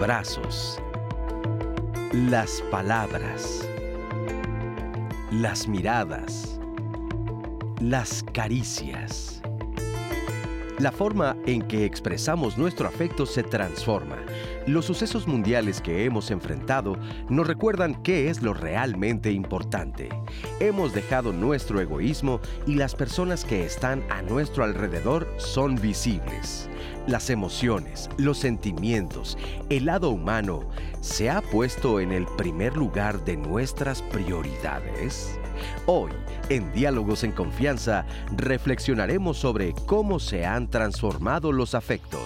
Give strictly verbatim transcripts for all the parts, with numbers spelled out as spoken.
abrazos, las palabras, las miradas, las caricias. La forma en que expresamos nuestro afecto se transforma. Los sucesos mundiales que hemos enfrentado nos recuerdan qué es lo realmente importante. Hemos dejado nuestro egoísmo y las personas que están a nuestro alrededor son visibles. Las emociones, los sentimientos, el lado humano, ¿se ha puesto en el primer lugar de nuestras prioridades? Hoy, en Diálogos en Confianza, reflexionaremos sobre cómo se han transformado los afectos.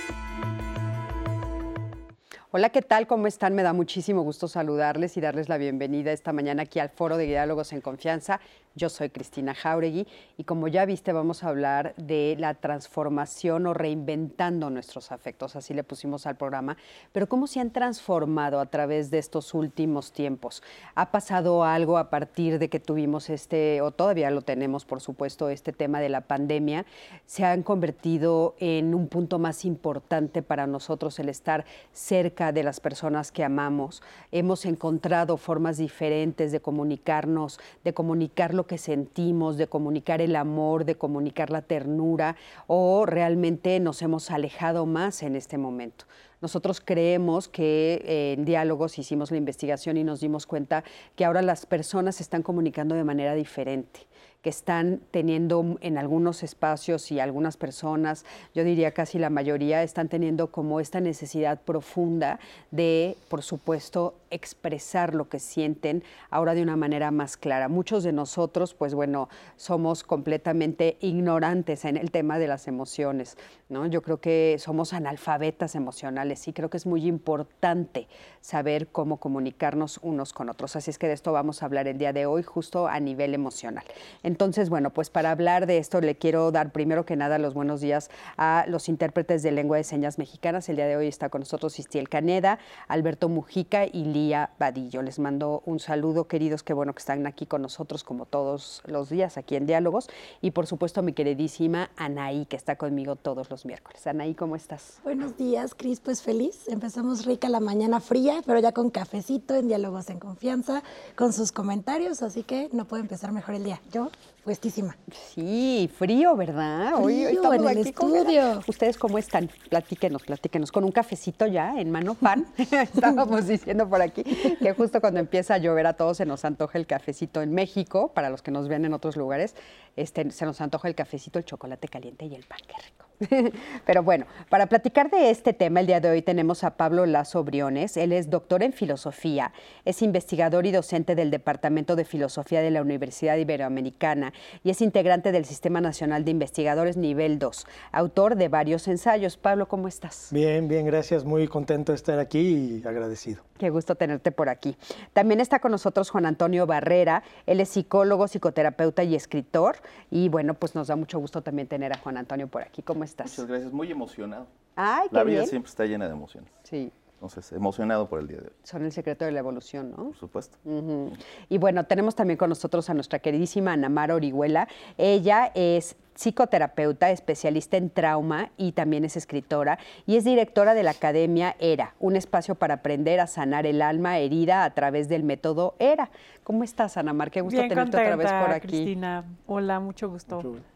Hola, ¿qué tal? ¿Cómo están? Me da muchísimo gusto saludarles y darles la bienvenida esta mañana aquí al Foro de Diálogos en Confianza. Yo soy Cristina Jáuregui y como ya viste vamos a hablar de la transformación o reinventando nuestros afectos, así le pusimos al programa, pero cómo se han transformado a través de estos últimos tiempos. ¿Ha pasado algo a partir de que tuvimos este, o todavía lo tenemos por supuesto, este tema de la pandemia? Se han convertido en un punto más importante para nosotros el estar cerca de las personas que amamos. Hemos encontrado formas diferentes de comunicarnos, de comunicar lo que sentimos, de comunicar el amor, de comunicar la ternura, o realmente nos hemos alejado más en este momento. Nosotros creemos que eh, en Diálogos hicimos la investigación y nos dimos cuenta que ahora las personas se están comunicando de manera diferente, que están teniendo en algunos espacios y algunas personas, yo diría casi la mayoría, están teniendo como esta necesidad profunda de, por supuesto, expresar lo que sienten ahora de una manera más clara. Muchos de nosotros, pues bueno, somos completamente ignorantes en el tema de las emociones, ¿no? Yo creo que somos analfabetas emocionales y creo que es muy importante saber cómo comunicarnos unos con otros. Así es que de esto vamos a hablar el día de hoy, justo a nivel emocional. Entonces, bueno, pues para hablar de esto le quiero dar primero que nada los buenos días a los intérpretes de lengua de señas mexicanas. El día de hoy está con nosotros Istiel Caneda, Alberto Mujica y Lía Vadillo. Les mando un saludo, queridos, qué bueno que están aquí con nosotros como todos los días aquí en Diálogos. Y por supuesto a mi queridísima Anaí, que está conmigo todos los miércoles. Anaí, ¿cómo estás? Buenos días, Cris, pues feliz. Empezamos rica la mañana fría, pero ya con cafecito en Diálogos en Confianza, con sus comentarios, así que no puede empezar mejor el día. Yo, puestísima. Sí, frío, ¿verdad? Frío, hoy, hoy estamos en el aquí estudio. Con... ¿Ustedes cómo están? Platíquenos, platíquenos. Con un cafecito ya en mano, pan. Estábamos diciendo por aquí que justo cuando empieza a llover a todos se nos antoja el cafecito en México. Para los que nos ven en otros lugares, este, se nos antoja el cafecito, el chocolate caliente y el pan. Qué rico. Pero bueno, para platicar de este tema, el día de hoy tenemos a Pablo Lazo Briones. Él es doctor en filosofía, es investigador y docente del Departamento de Filosofía de la Universidad Iberoamericana y es integrante del Sistema Nacional de Investigadores Nivel dos, autor de varios ensayos. Pablo, ¿cómo estás? Bien, bien, gracias. Muy contento de estar aquí y agradecido. Qué gusto tenerte por aquí. También está con nosotros Juan Antonio Barrera. Él es psicólogo, psicoterapeuta y escritor. Y bueno, pues nos da mucho gusto también tener a Juan Antonio por aquí. ¿Cómo estás? Muchas gracias. Muy emocionado. Ay, qué La vida bien. siempre está llena de emociones. Sí. Entonces, emocionado por el día de hoy. Son el secreto de la evolución, ¿no? Por supuesto. Uh-huh. Y bueno, tenemos también con nosotros a nuestra queridísima Ana Mara Orihuela. Ella es psicoterapeuta, especialista en trauma y también es escritora y es directora de la Academia ERA, un espacio para aprender a sanar el alma herida a través del método ERA. ¿Cómo estás, Ana Mar? Qué gusto Bien tenerte contenta, otra vez por aquí. Cristina. Hola, mucho gusto. Mucho gusto.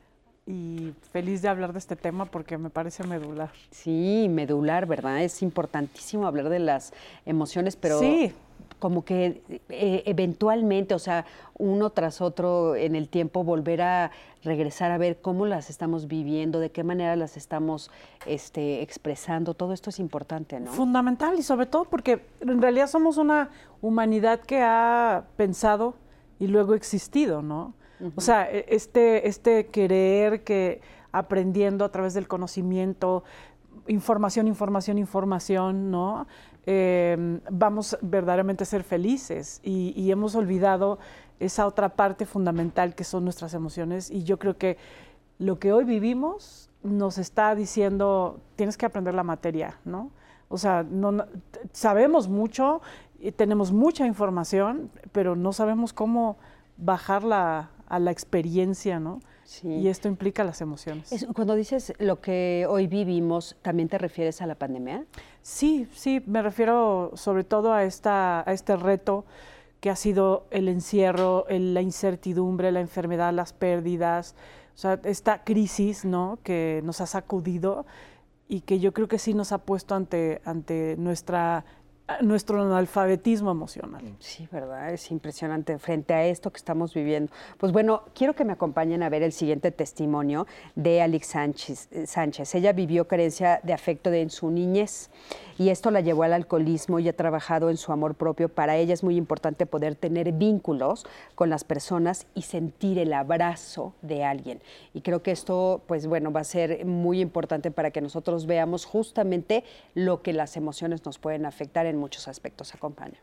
Y feliz de hablar de este tema porque me parece medular. Sí, medular, ¿verdad? Es importantísimo hablar de las emociones, pero sí. como que eh, eventualmente, o sea, uno tras otro en el tiempo, volver a regresar a ver cómo las estamos viviendo, de qué manera las estamos este, expresando, todo esto es importante, ¿no? Fundamental, y sobre todo porque en realidad somos una humanidad que ha pensado y luego existido, ¿no? Uh-huh. O sea, este, este querer que aprendiendo a través del conocimiento, información, información, información, ¿no? Eh, vamos verdaderamente a ser felices y, y hemos olvidado esa otra parte fundamental que son nuestras emociones, y yo creo que lo que hoy vivimos nos está diciendo tienes que aprender la materia, ¿no? O sea, no, no, sabemos mucho, tenemos mucha información, pero no sabemos cómo bajarla a la experiencia, ¿no? Sí. Y esto implica las emociones. Es- cuando dices lo que hoy vivimos, ¿también te refieres a la pandemia? Sí, sí, me refiero sobre todo a, esta, a este reto que ha sido el encierro, el- la incertidumbre, la enfermedad, las pérdidas, o sea, esta crisis, ¿no?, que nos ha sacudido y que yo creo que sí nos ha puesto ante, ante nuestra, nuestro analfabetismo emocional. Sí, ¿verdad? Es impresionante frente a esto que estamos viviendo. Pues bueno, quiero que me acompañen a ver el siguiente testimonio de Alix Sánchez. Sánchez. Ella vivió carencia de afecto de, en su niñez y esto la llevó al alcoholismo y ha trabajado en su amor propio. Para ella es muy importante poder tener vínculos con las personas y sentir el abrazo de alguien. Y creo que esto, pues bueno, va a ser muy importante para que nosotros veamos justamente lo que las emociones nos pueden afectar en muchos aspectos. Acompaña.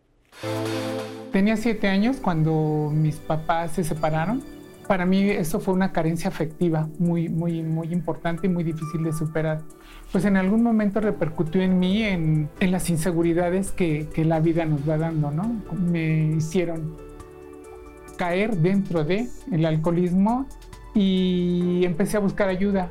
Tenía siete años cuando mis papás se separaron. Para mí eso fue una carencia afectiva muy, muy, muy importante y muy difícil de superar. Pues en algún momento repercutió en mí en, en las inseguridades que, que la vida nos va dando, ¿no? Me hicieron caer dentro de el alcoholismo y empecé a buscar ayuda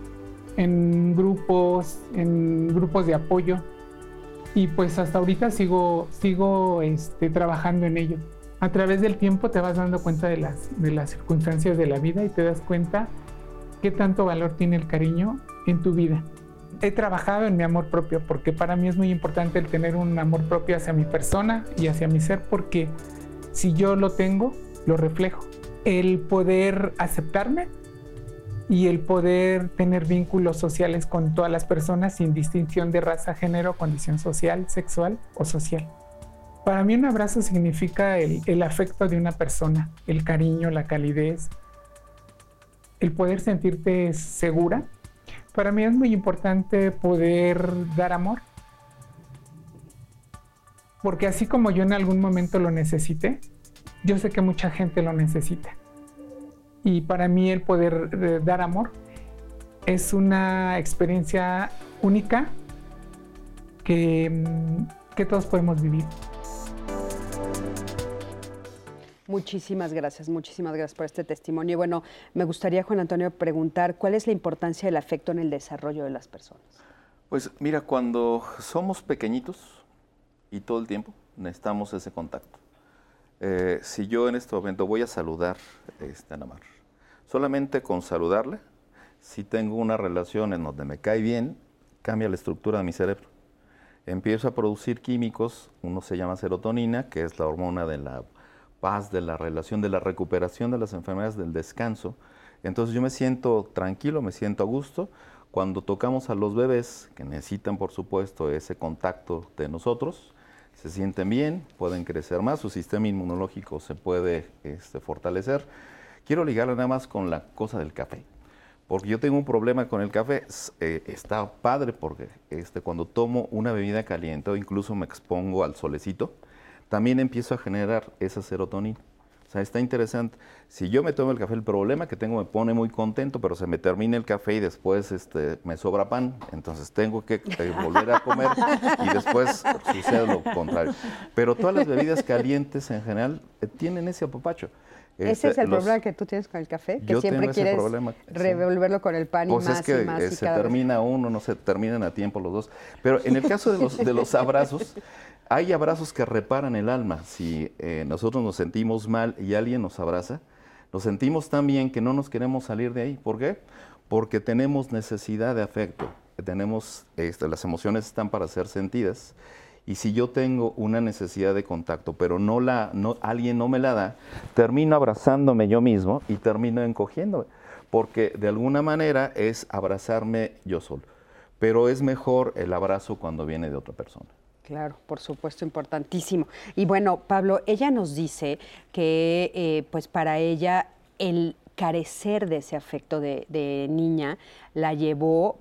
en grupos, en grupos de apoyo. Y pues hasta ahorita sigo, sigo este, trabajando en ello. A través del tiempo te vas dando cuenta de las, de las circunstancias de la vida y te das cuenta qué tanto valor tiene el cariño en tu vida. He trabajado en mi amor propio porque para mí es muy importante el tener un amor propio hacia mi persona y hacia mi ser, porque si yo lo tengo, lo reflejo. El poder aceptarme y el poder tener vínculos sociales con todas las personas sin distinción de raza, género, condición social, sexual o social. Para mí un abrazo significa el, el afecto de una persona, el cariño, la calidez, el poder sentirte segura. Para mí es muy importante poder dar amor, porque así como yo en algún momento lo necesité, yo sé que mucha gente lo necesita. Y para mí el poder eh, dar amor es una experiencia única que, que todos podemos vivir. Muchísimas gracias, muchísimas gracias por este testimonio. Y bueno, me gustaría, Juan Antonio, preguntar cuál es la importancia del afecto en el desarrollo de las personas. Pues mira, cuando somos pequeñitos y todo el tiempo necesitamos ese contacto. Eh, si yo en este momento voy a saludar este, a Ana Mar, solamente con saludarle, si tengo una relación en donde me cae bien, cambia la estructura de mi cerebro. Empiezo a producir químicos, uno se llama serotonina, que es la hormona de la paz, de la relación, de la recuperación de las enfermedades, del descanso. Entonces yo me siento tranquilo, me siento a gusto. Cuando tocamos a los bebés, que necesitan por supuesto ese contacto de nosotros, se sienten bien, pueden crecer más, su sistema inmunológico se puede este, fortalecer. Quiero ligarlo nada más con la cosa del café, porque yo tengo un problema con el café. Eh, está padre porque este, cuando tomo una bebida caliente o incluso me expongo al solecito, también empiezo a generar esa serotonina. O sea, está interesante. Si yo me tomo el café, el problema que tengo me pone muy contento, pero se me termina el café y después este, me sobra pan. Entonces tengo que eh, volver a comer y después sucede lo contrario. Pero todas las bebidas calientes en general eh, tienen ese apapacho. Ese Este, es el los, problema que tú tienes con el café, que yo siempre tengo ese quieres problema, sí. revolverlo con el pan Pues y más es que y más. eh, y se cada vez- termina uno, no se terminan a tiempo los dos. Pero en el caso de los, de los abrazos, hay abrazos que reparan el alma. Si eh, nosotros nos sentimos mal y alguien nos abraza, nos sentimos tan bien que no nos queremos salir de ahí. ¿Por qué? Porque tenemos necesidad de afecto. Tenemos, este, las emociones están para ser sentidas. Y si yo tengo una necesidad de contacto, pero no la, no, alguien no me la da, termino abrazándome yo mismo y termino encogiéndome. Porque de alguna manera es abrazarme yo solo. Pero es mejor el abrazo cuando viene de otra persona. Claro, por supuesto, importantísimo. Y bueno, Pablo, ella nos dice que eh, pues para ella el carecer de ese afecto de, de niña la llevó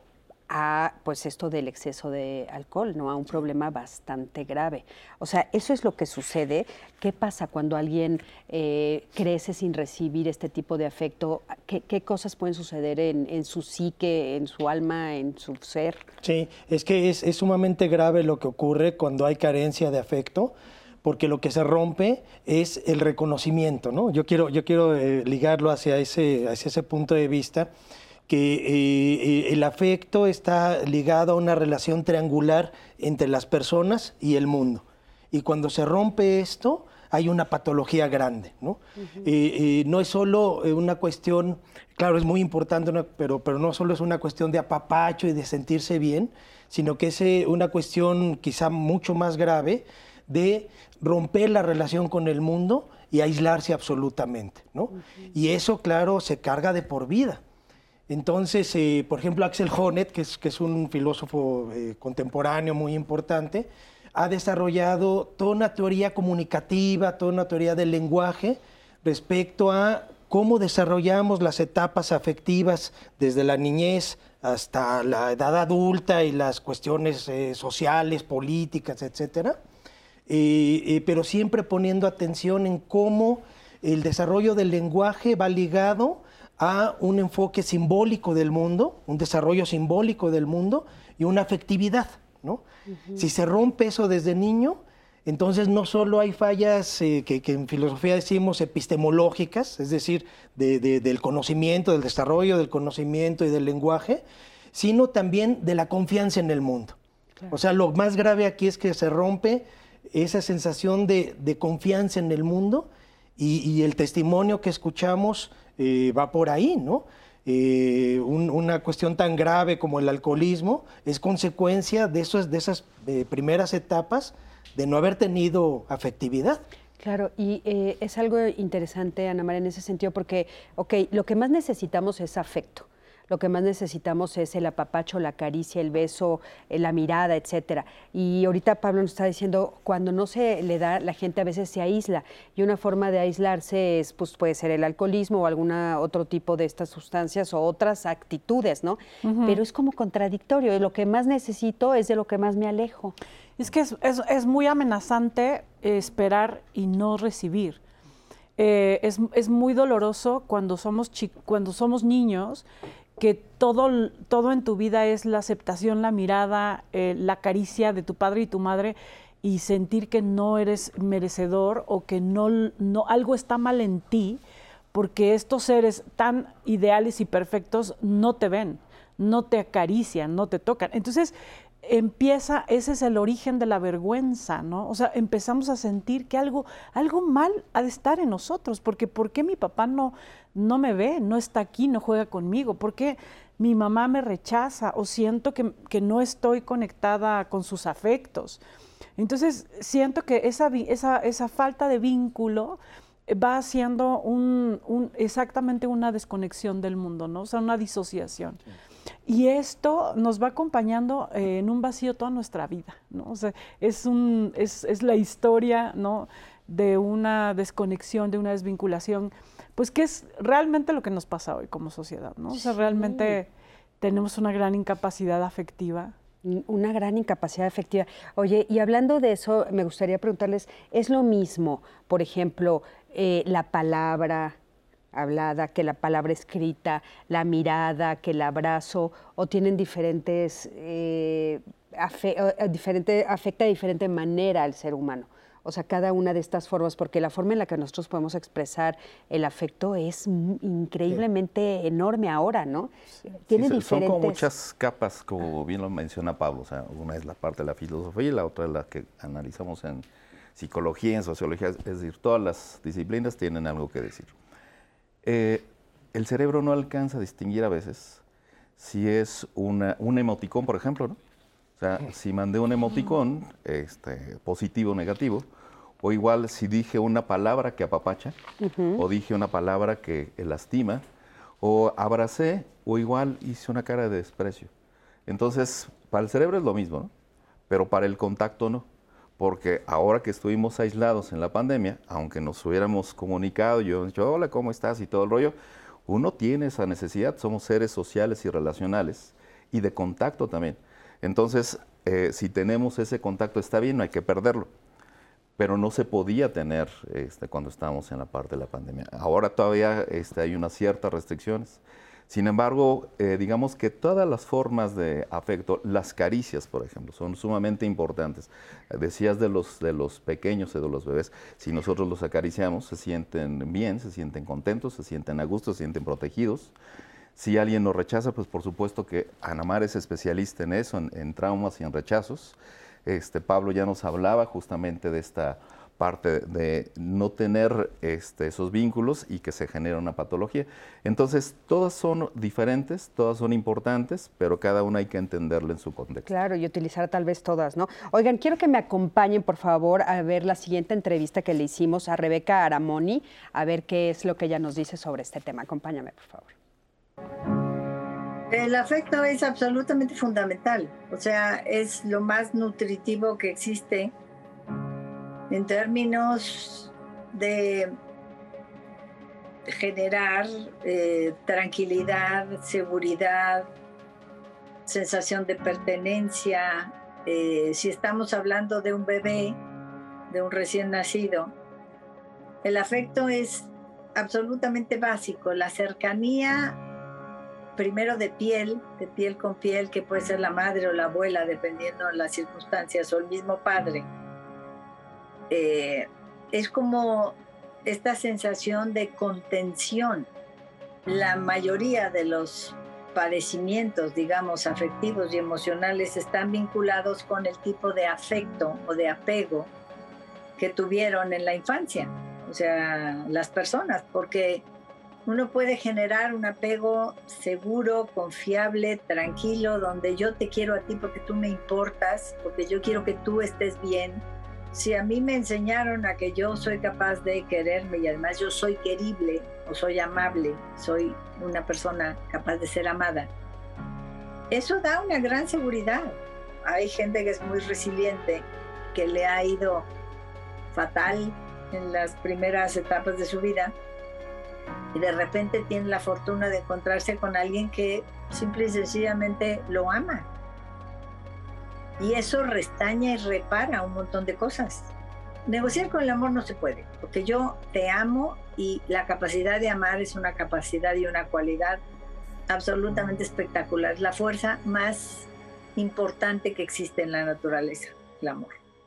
a pues esto del exceso de alcohol, ¿no? A un problema bastante grave. O sea, eso es lo que sucede. ¿Qué pasa cuando alguien eh, crece sin recibir este tipo de afecto? ¿Qué, qué cosas pueden suceder en, en su psique, en su alma, en su ser? Sí, es que es, es sumamente grave lo que ocurre cuando hay carencia de afecto, porque lo que se rompe es el reconocimiento, ¿no? Yo quiero, yo quiero eh, ligarlo hacia ese, hacia ese punto de vista, que eh, el afecto está ligado a una relación triangular entre las personas y el mundo. Y cuando se rompe esto, hay una patología grande, ¿no? Uh-huh. eh, eh, no es solo una cuestión, claro, es muy importante, ¿no? pero, pero no solo es una cuestión de apapacho y de sentirse bien, sino que es eh, una cuestión quizá mucho más grave de romper la relación con el mundo y aislarse absolutamente, ¿no? Uh-huh. Y eso, claro, se carga de por vida. Entonces, eh, por ejemplo, Axel Honneth, que es, que es un filósofo eh, contemporáneo muy importante, ha desarrollado toda una teoría comunicativa, toda una teoría del lenguaje respecto a cómo desarrollamos las etapas afectivas desde la niñez hasta la edad adulta y las cuestiones eh, sociales, políticas, etcétera. Eh, eh, pero siempre poniendo atención en cómo el desarrollo del lenguaje va ligado a un enfoque simbólico del mundo, un desarrollo simbólico del mundo y una afectividad, ¿no? Uh-huh. Si se rompe eso desde niño, entonces no solo hay fallas eh, que, que en filosofía decimos epistemológicas, es decir, de, de, del conocimiento, del desarrollo del conocimiento y del lenguaje, sino también de la confianza en el mundo. Claro. O sea, lo más grave aquí es que se rompe esa sensación de, de confianza en el mundo y, y el testimonio que escuchamos eh, va por ahí, ¿no? Eh, un, una cuestión tan grave como el alcoholismo es consecuencia de, esos, de esas eh, primeras etapas de no haber tenido afectividad. Claro, y eh, es algo interesante, Ana María, en ese sentido, porque, ok, lo que más necesitamos es afecto. Lo que más necesitamos es el apapacho, la caricia, el beso, la mirada, etcétera. Y ahorita Pablo nos está diciendo, cuando no se le da, la gente a veces se aísla. Y una forma de aislarse es, pues, puede ser el alcoholismo o algún otro tipo de estas sustancias o otras actitudes, ¿no? Uh-huh. Pero es como contradictorio. Lo que más necesito es de lo que más me alejo. Es que es, es, es muy amenazante esperar y no recibir. Eh, es, es muy doloroso cuando somos, chi- cuando somos niños, que todo, todo en tu vida es la aceptación, la mirada, eh, la caricia de tu padre y tu madre, y sentir que no eres merecedor o que no, no, algo está mal en ti, porque estos seres tan ideales y perfectos no te ven, no te acarician, no te tocan. Entonces empieza, ese es el origen de la vergüenza, ¿no? O sea, empezamos a sentir que algo, algo mal ha de estar en nosotros, porque ¿por qué mi papá no, no me ve, no está aquí, no juega conmigo? ¿Por qué mi mamá me rechaza o siento que, que no estoy conectada con sus afectos? Entonces, siento que esa, esa, esa falta de vínculo va haciendo un, un, exactamente una desconexión del mundo, ¿no? O sea, una disociación. Sí. Y esto nos va acompañando eh, en un vacío toda nuestra vida, ¿no? O sea, es, un, es, es la historia, ¿no?, de una desconexión, de una desvinculación, pues que es realmente lo que nos pasa hoy como sociedad, ¿no? O sea, realmente sí. tenemos una gran incapacidad afectiva. Una gran incapacidad afectiva. Oye, y hablando de eso, me gustaría preguntarles, ¿es lo mismo, por ejemplo, eh, la palabra hablada, que la palabra escrita, la mirada, que el abrazo, o tienen diferentes, eh, afe, diferente, afecta de diferente manera al ser humano? O sea, cada una de estas formas, porque la forma en la que nosotros podemos expresar el afecto es increíblemente sí. enorme ahora, ¿no? Sí. Tiene sí, diferentes... Son como muchas capas, como bien lo menciona Pablo. O sea, una es la parte de la filosofía y la otra es la que analizamos en psicología, en sociología. Es decir, todas las disciplinas tienen algo que decir. Eh, el cerebro no alcanza a distinguir a veces si es una, un emoticón, por ejemplo, ¿no? O sea, si mandé un emoticón este, positivo o negativo, o igual si dije una palabra que apapacha, uh-huh. o dije una palabra que lastima, o abracé, o igual hice una cara de desprecio. Entonces, para el cerebro es lo mismo, ¿no? Pero para el contacto no. Porque ahora que estuvimos aislados en la pandemia, aunque nos hubiéramos comunicado, yo he dicho, hola, ¿cómo estás? Y todo el rollo, uno tiene esa necesidad, somos seres sociales y relacionales, y de contacto también. Entonces, eh, si tenemos ese contacto, está bien, no hay que perderlo. Pero no se podía tener este, cuando estábamos en la parte de la pandemia. Ahora todavía este, hay unas ciertas restricciones. Sin embargo, eh, digamos que todas las formas de afecto, las caricias, por ejemplo, son sumamente importantes. Decías de los, de los pequeños y de los bebés, si nosotros los acariciamos, se sienten bien, se sienten contentos, se sienten a gusto, se sienten protegidos. Si alguien nos rechaza, pues por supuesto que Ana Mar es especialista en eso, en, en traumas y en rechazos. Este, Pablo ya nos hablaba justamente de esta parte de no tener este, esos vínculos y que se genera una patología. Entonces, todas son diferentes, todas son importantes, pero cada una hay que entenderla en su contexto. Claro, y utilizar tal vez todas, ¿no? Oigan, quiero que me acompañen, por favor, a ver la siguiente entrevista que le hicimos a Rebeca Aramoni, a ver qué es lo que ella nos dice sobre este tema. Acompáñame, por favor. El afecto es absolutamente fundamental, o sea, es lo más nutritivo que existe en términos de generar eh, tranquilidad, seguridad, sensación de pertenencia. Eh, si estamos hablando de un bebé, de un recién nacido, el afecto es absolutamente básico, la cercanía primero de piel, de piel con piel, que puede ser la madre o la abuela, dependiendo de las circunstancias, o el mismo padre. Eh, es como esta sensación de contención. La mayoría de los padecimientos, digamos, afectivos y emocionales están vinculados con el tipo de afecto o de apego que tuvieron en la infancia, o sea, las personas, porque uno puede generar un apego seguro, confiable, tranquilo, donde yo te quiero a ti porque tú me importas, porque yo quiero que tú estés bien. Si a mí me enseñaron a que yo soy capaz de quererme y además yo soy querible o soy amable, soy una persona capaz de ser amada, eso da una gran seguridad. Hay gente que es muy resiliente, que le ha ido fatal en las primeras etapas de su vida, y de repente tiene la fortuna de encontrarse con alguien que simple y sencillamente lo ama. Y eso restaña y repara un montón de cosas. Negociar con el amor no se puede, porque yo te amo y la capacidad de amar es una capacidad y una cualidad absolutamente espectacular. Es la fuerza más importante que existe en la naturaleza, el amor.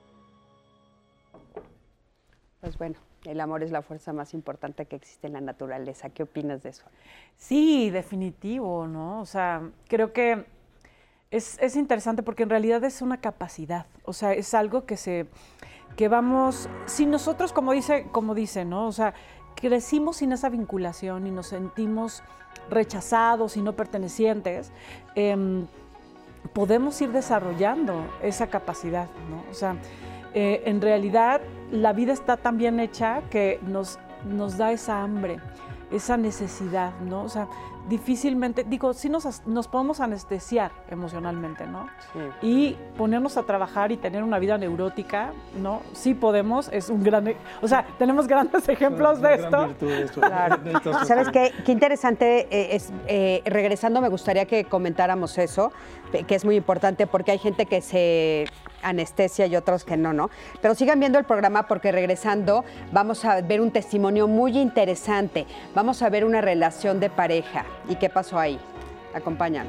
Pues bueno, el amor es la fuerza más importante que existe en la naturaleza. ¿Qué opinas de eso? Sí, definitivo, ¿no? O sea, creo que es, es interesante porque en realidad es una capacidad, o sea, es algo que se, que vamos, si nosotros, como dice, como dice, ¿no? O sea, crecimos sin esa vinculación y nos sentimos rechazados y no pertenecientes, eh, podemos ir desarrollando esa capacidad, ¿no? O sea, eh, en realidad la vida está tan bien hecha que nos, nos da esa hambre, esa necesidad, ¿no? O sea, difícilmente, digo, sí nos, nos podemos anestesiar emocionalmente, ¿no? Sí. Y ponernos a trabajar y tener una vida neurótica, ¿no? Sí podemos, es un gran, o sea, tenemos grandes ejemplos de esto. Claro. ¿Sabes qué? Qué interesante eh, es, eh, regresando me gustaría que comentáramos eso, que es muy importante porque hay gente que se anestesia y otros que no, ¿no? Pero sigan viendo el programa porque regresando vamos a ver un testimonio muy interesante, vamos a ver una relación de pareja. ¿Y qué pasó ahí? Acompáñame.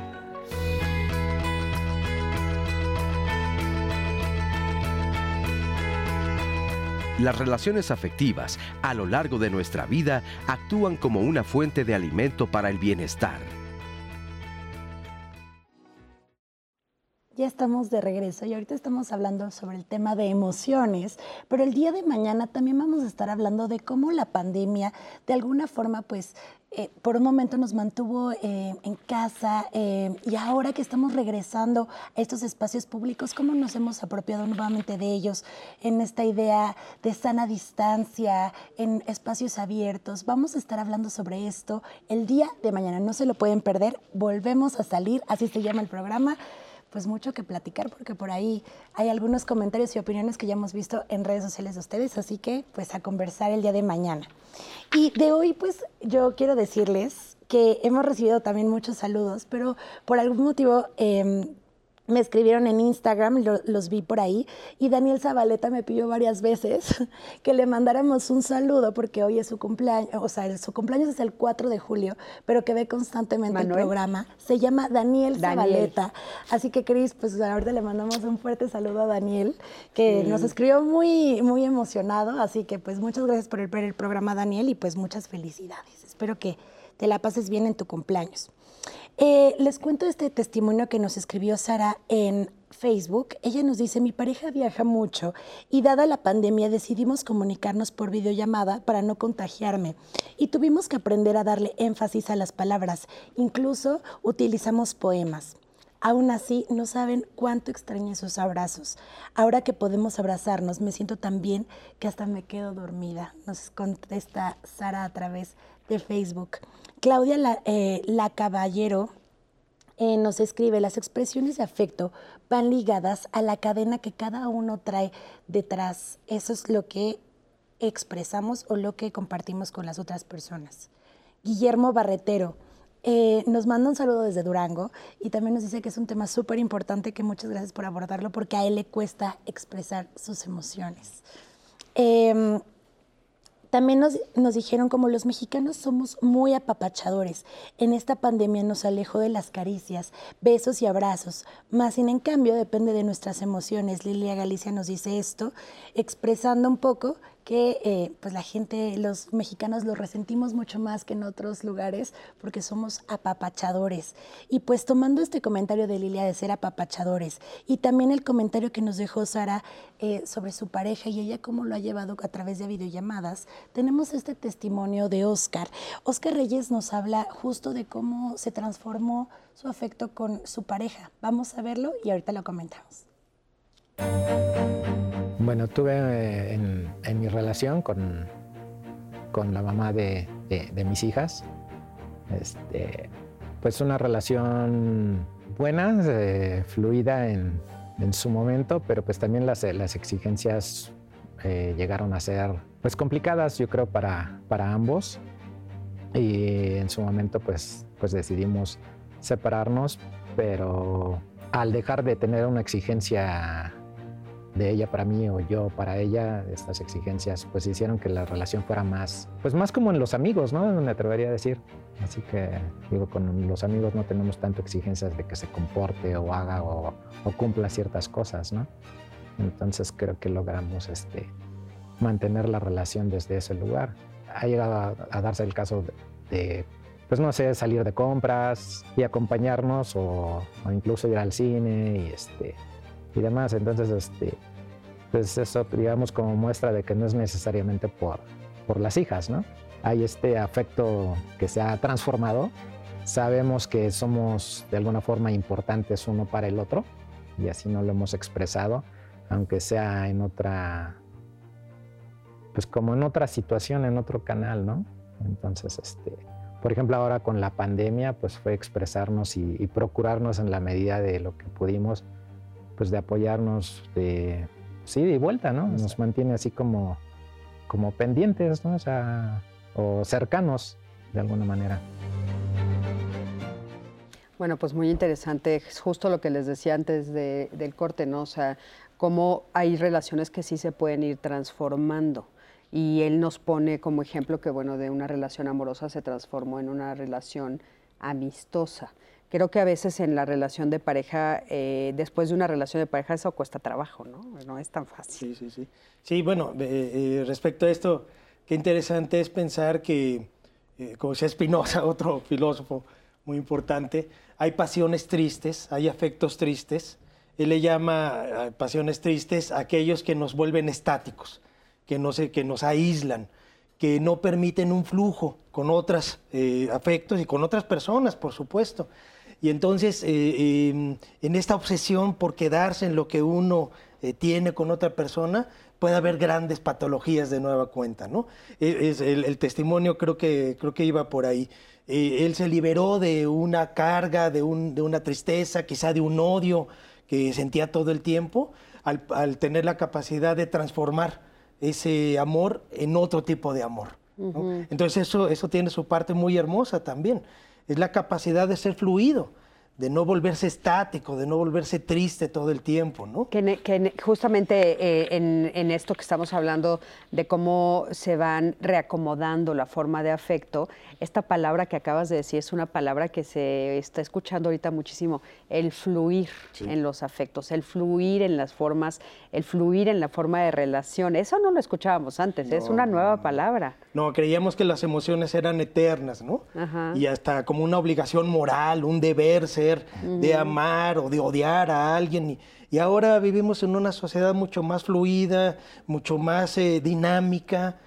Las relaciones afectivas a lo largo de nuestra vida actúan como una fuente de alimento para el bienestar. Ya estamos de regreso y ahorita estamos hablando sobre el tema de emociones, pero el día de mañana también vamos a estar hablando de cómo la pandemia de alguna forma pues eh, por un momento nos mantuvo eh, en casa eh, y ahora que estamos regresando a estos espacios públicos, cómo nos hemos apropiado nuevamente de ellos en esta idea de sana distancia, en espacios abiertos. Vamos a estar hablando sobre esto el día de mañana, no se lo pueden perder, volvemos a salir, así se llama el programa. Pues mucho que platicar porque por ahí hay algunos comentarios y opiniones que ya hemos visto en redes sociales de ustedes, así que pues a conversar el día de mañana. Y de hoy pues yo quiero decirles que hemos recibido también muchos saludos, pero por algún motivo eh, Me escribieron en Instagram, lo, los vi por ahí, y Daniel Zabaleta me pidió varias veces que le mandáramos un saludo porque hoy es su cumpleaños, o sea, su cumpleaños es el cuatro de julio, pero que ve constantemente ¿Manuel? el programa. Se llama Daniel, Daniel. Zabaleta. Así que, Cris, pues ahorita le mandamos un fuerte saludo a Daniel, que sí. nos escribió muy, muy emocionado. Así que, pues, muchas gracias por el, ver el programa, Daniel, y pues muchas felicidades. Espero que te la pases bien en tu cumpleaños. Eh, les cuento este testimonio que nos escribió Sara en Facebook. Ella nos dice: mi pareja viaja mucho y dada la pandemia decidimos comunicarnos por videollamada para no contagiarme y tuvimos que aprender a darle énfasis a las palabras. Incluso utilizamos poemas. Aún así, no saben cuánto extrañé sus abrazos. Ahora que podemos abrazarnos, me siento tan bien que hasta me quedo dormida. Nos contesta Sara a través de Facebook. Claudia La, eh, La Caballero eh, nos escribe: las expresiones de afecto van ligadas a la cadena que cada uno trae detrás. Eso es lo que expresamos o lo que compartimos con las otras personas. Guillermo Barretero Eh, nos manda un saludo desde Durango y también nos dice que es un tema súper importante, que muchas gracias por abordarlo porque a él le cuesta expresar sus emociones. Eh, también nos, nos dijeron como los mexicanos somos muy apapachadores. En esta pandemia nos alejó de las caricias, besos y abrazos, más sin en cambio depende de nuestras emociones. Lilia Galicia nos dice esto, expresando un poco que eh, pues la gente, los mexicanos lo resentimos mucho más que en otros lugares porque somos apapachadores. Y pues tomando este comentario de Lilia de ser apapachadores y también el comentario que nos dejó Sara eh, sobre su pareja y ella cómo lo ha llevado a través de videollamadas, tenemos este testimonio de Oscar. Oscar Reyes nos habla justo de cómo se transformó su afecto con su pareja. Vamos a verlo y ahorita lo comentamos. Bueno, tuve eh, en, en mi relación con, con la mamá de, de, de mis hijas, este, pues una relación buena, eh, fluida en, en su momento, pero pues también las, las exigencias eh, llegaron a ser pues complicadas, yo creo, para, para ambos. Y en su momento pues, pues decidimos separarnos, pero al dejar de tener una exigencia de ella para mí o yo para ella, estas exigencias pues hicieron que la relación fuera más, pues más como en los amigos, ¿no? Me atrevería a decir. Así que digo, con los amigos no tenemos tanto exigencias de que se comporte o haga o, o cumpla ciertas cosas, ¿no? Entonces creo que logramos este, mantener la relación desde ese lugar. Ha llegado a, a darse el caso de, de, pues no sé, salir de compras y acompañarnos o, o incluso ir al cine y este... y demás. Entonces, este, pues eso, digamos, como muestra de que no es necesariamente por, por las hijas, ¿no? Hay este afecto que se ha transformado. Sabemos que somos de alguna forma importantes uno para el otro y así no lo hemos expresado, aunque sea en otra, pues como en otra situación, en otro canal, ¿no? Entonces, este, por ejemplo, ahora con la pandemia, pues fue expresarnos y, y procurarnos en la medida de lo que pudimos, pues de apoyarnos de, sí, de vuelta, ¿no? Nos mantiene así como, como pendientes, ¿no? O sea, o cercanos de alguna manera. Bueno, pues muy interesante, es justo lo que les decía antes de, del corte, ¿no? O sea, cómo hay relaciones que sí se pueden ir transformando. Y él nos pone como ejemplo que, bueno, de una relación amorosa se transformó en una relación amistosa. Creo que a veces en la relación de pareja, eh, después de una relación de pareja, eso cuesta trabajo, ¿no? No es tan fácil. Sí, sí, sí. Sí, bueno, eh, eh, respecto a esto, qué interesante es pensar que, eh, como decía Spinoza, otro filósofo muy importante, hay pasiones tristes, hay afectos tristes. Él le llama a pasiones tristes a aquellos que nos vuelven estáticos, que nos, que nos aíslan, que no permiten un flujo con otros eh, afectos y con otras personas, por supuesto. Y entonces, eh, eh, en esta obsesión por quedarse en lo que uno eh, tiene con otra persona, puede haber grandes patologías de nueva cuenta, ¿no? Es, el, el testimonio creo que, creo que iba por ahí. Eh, él se liberó de una carga, de, un, de una tristeza, quizá de un odio que sentía todo el tiempo, al, al tener la capacidad de transformar ese amor en otro tipo de amor, ¿no? Uh-huh. Entonces eso, eso tiene su parte muy hermosa también. Es la capacidad de ser fluido, de no volverse estático, de no volverse triste todo el tiempo, ¿no? Que, que justamente eh, en, en esto que estamos hablando de cómo se van reacomodando la forma de afecto, esta palabra que acabas de decir es una palabra que se está escuchando ahorita muchísimo, el fluir sí. en los afectos, el fluir en las formas, el fluir en la forma de relación. Eso no lo escuchábamos antes, no, es una nueva palabra. No, creíamos que las emociones eran eternas, ¿no? Ajá. Y hasta como una obligación moral, un deber ser, uh-huh. de amar o de odiar a alguien. Y, y ahora vivimos en una sociedad mucho más fluida, mucho más eh, dinámica,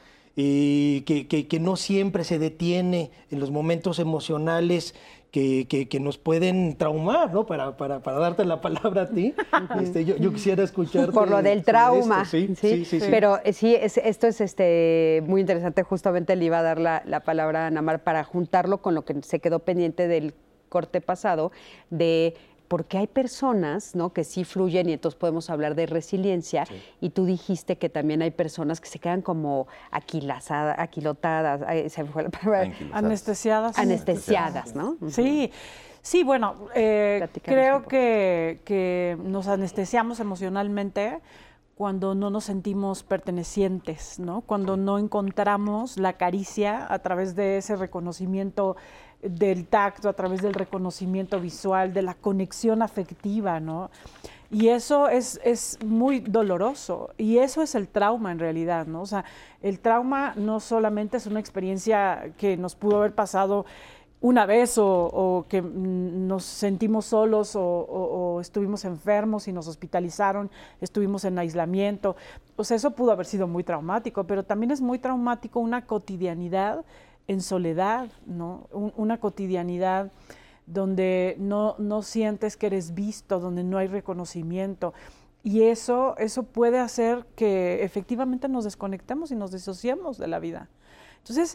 y que, que, que no siempre se detiene en los momentos emocionales que, que, que nos pueden traumar, ¿no? Para, para, para darte la palabra a ti, este, yo, yo quisiera escuchar por lo del trauma, ¿sí? ¿sí? Sí, sí, sí. Pero sí, es, esto es este, muy interesante. Justamente le iba a dar la, la palabra a Ana Mar para juntarlo con lo que se quedó pendiente del corte pasado, de porque hay personas, ¿no?, que sí fluyen y entonces podemos hablar de resiliencia, sí. y tú dijiste que también hay personas que se quedan como aquilazadas, aquilotadas, se me fue la palabra. Anestesiadas. Anestesiadas, ¿no? Sí, sí, bueno, eh, creo que, que nos anestesiamos emocionalmente cuando no nos sentimos pertenecientes, ¿no? Cuando sí. no encontramos la caricia a través de ese reconocimiento del tacto, a través del reconocimiento visual, de la conexión afectiva, ¿no? Y eso es, es muy doloroso, y eso es el trauma en realidad, ¿no? O sea, el trauma no solamente es una experiencia que nos pudo haber pasado una vez o, o que nos sentimos solos o, o, o estuvimos enfermos y nos hospitalizaron, estuvimos en aislamiento. O sea, eso pudo haber sido muy traumático, pero también es muy traumático una cotidianidad en soledad, ¿no? Un, una cotidianidad donde no, no sientes que eres visto, donde no hay reconocimiento. Y eso, eso puede hacer que efectivamente nos desconectemos y nos disociemos de la vida. Entonces,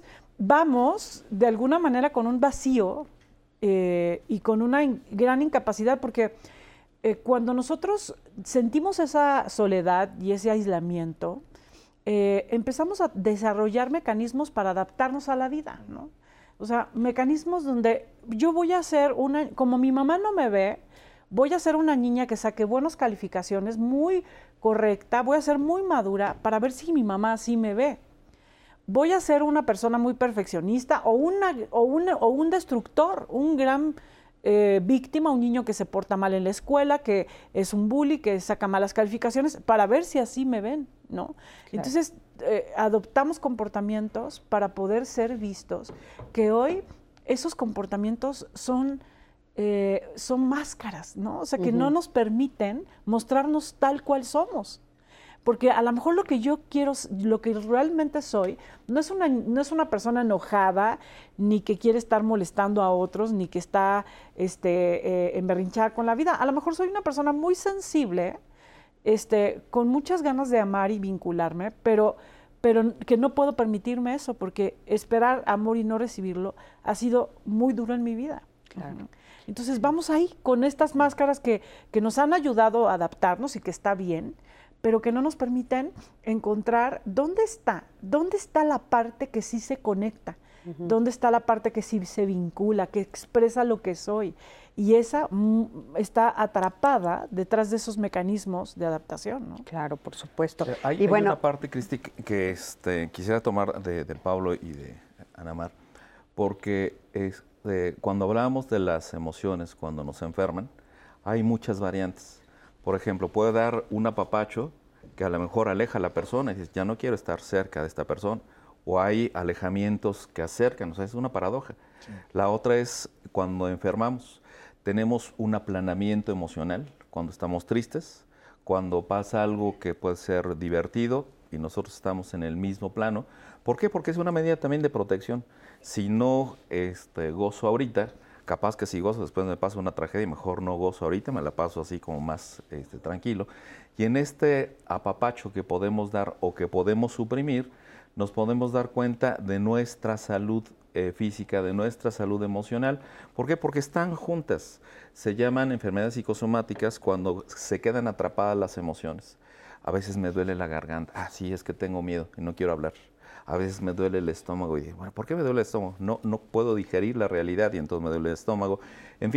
vamos de alguna manera con un vacío eh, y con una in, gran incapacidad, porque eh, cuando nosotros sentimos esa soledad y ese aislamiento, eh, empezamos a desarrollar mecanismos para adaptarnos a la vida, ¿no? O sea, mecanismos donde yo voy a ser una, como mi mamá no me ve, voy a ser una niña que saque buenas calificaciones, muy correcta, voy a ser muy madura para ver si mi mamá sí me ve. Voy a ser una persona muy perfeccionista o, una, o, una, o un destructor, un gran eh, víctima, un niño que se porta mal en la escuela, que es un bully, que saca malas calificaciones, para ver si así me ven, ¿no? Claro. Entonces, eh, adoptamos comportamientos para poder ser vistos, que hoy esos comportamientos son, eh, son máscaras, ¿no? O sea, que uh-huh. no nos permiten mostrarnos tal cual somos. Porque a lo mejor lo que yo quiero, lo que realmente soy, no es una, no es una persona enojada, ni que quiere estar molestando a otros, ni que está este, eh, emberrinchada con la vida. A lo mejor soy una persona muy sensible, este, con muchas ganas de amar y vincularme, pero, pero que no puedo permitirme eso, porque esperar amor y no recibirlo ha sido muy duro en mi vida. Claro. Entonces vamos ahí con estas máscaras que, que nos han ayudado a adaptarnos y que está bien, pero que no nos permiten encontrar dónde está, dónde está la parte que sí se conecta, uh-huh. dónde está la parte que sí se vincula, que expresa lo que soy. Y esa mm, está atrapada detrás de esos mecanismos de adaptación, ¿no? Claro, por supuesto. Eh, hay, y hay bueno, una parte, Cristi, que, que este, quisiera tomar de, de Pablo y de Ana Mar, porque es, eh, cuando hablamos de las emociones, cuando nos enferman, hay muchas variantes. Por ejemplo, puede dar un apapacho que a lo mejor aleja a la persona y dices, ya no quiero estar cerca de esta persona. O hay alejamientos que acercan, o sea, es una paradoja. Sí. La otra es cuando enfermamos. Tenemos un aplanamiento emocional, cuando estamos tristes, cuando pasa algo que puede ser divertido y nosotros estamos en el mismo plano. ¿Por qué? Porque es una medida también de protección. Si no este, gozo ahorita, capaz que si gozo después me pasa una tragedia y mejor no gozo ahorita, me la paso así como más este, tranquilo. Y en este apapacho que podemos dar o que podemos suprimir, nos podemos dar cuenta de nuestra salud eh, física, de nuestra salud emocional. ¿Por qué? Porque están juntas. Se llaman enfermedades psicosomáticas cuando se quedan atrapadas las emociones. A veces me duele la garganta. Ah, sí, es que tengo miedo y no quiero hablar. A veces me duele el estómago y digo, bueno, ¿por qué me duele el estómago? No, no puedo digerir la realidad y entonces me duele el estómago. En fin,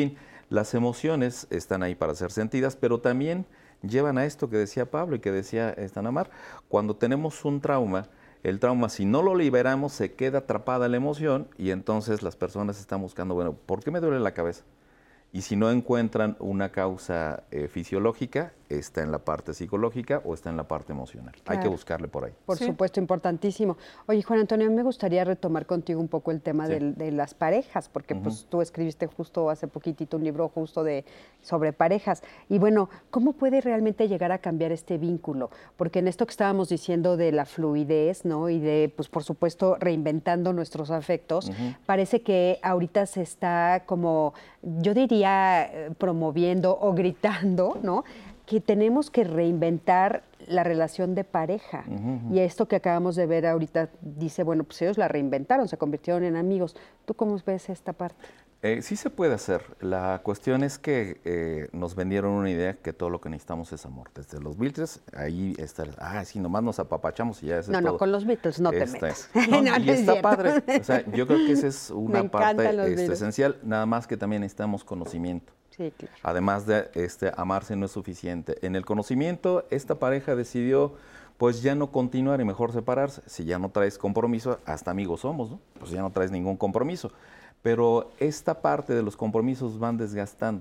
Las emociones están ahí para ser sentidas, pero también llevan a esto que decía Pablo y que decía esta Ana Mar. Cuando tenemos un trauma, el trauma, si no lo liberamos, se queda atrapada la emoción y entonces las personas están buscando, bueno, ¿por qué me duele la cabeza? Y si no encuentran una causa eh, fisiológica, está en la parte psicológica o está en la parte emocional. Claro. Hay que buscarle por ahí. Por Sí. supuesto, importantísimo. Oye, Juan Antonio, me gustaría retomar contigo un poco el tema Sí. del- de, las parejas, porque Ujú. pues tú escribiste justo hace poquitito un libro justo de sobre parejas. Y bueno, ¿cómo puede realmente llegar a cambiar este vínculo? Porque en esto que estábamos diciendo de la fluidez, ¿no? Y de, pues por supuesto, reinventando nuestros afectos, Ujú. parece que ahorita se está como, yo diría, eh, promoviendo o gritando, ¿no? Que tenemos que reinventar la relación de pareja. Ujú, ujú. Y esto que acabamos de ver ahorita dice, bueno, pues ellos la reinventaron, se convirtieron en amigos. ¿Tú cómo ves esta parte? Eh, sí se puede hacer. La cuestión es que eh, nos vendieron una idea que todo lo que necesitamos es amor. Desde los Beatles, ahí está, el, ah, sí, nomás nos apapachamos y ya es No, todo. no, con los Beatles no te Este, metas. no, No, y no es está cierto. padre. O sea, yo creo que esa es una Me parte encantan los este, Beatles. esencial, nada más que también necesitamos conocimiento. Sí, claro. Además de este, amarse no es suficiente. En el conocimiento, esta pareja decidió pues ya no continuar y mejor separarse. Si ya no traes compromiso, hasta amigos somos, ¿no? Pues ya no traes ningún compromiso. Pero esta parte de los compromisos van desgastando.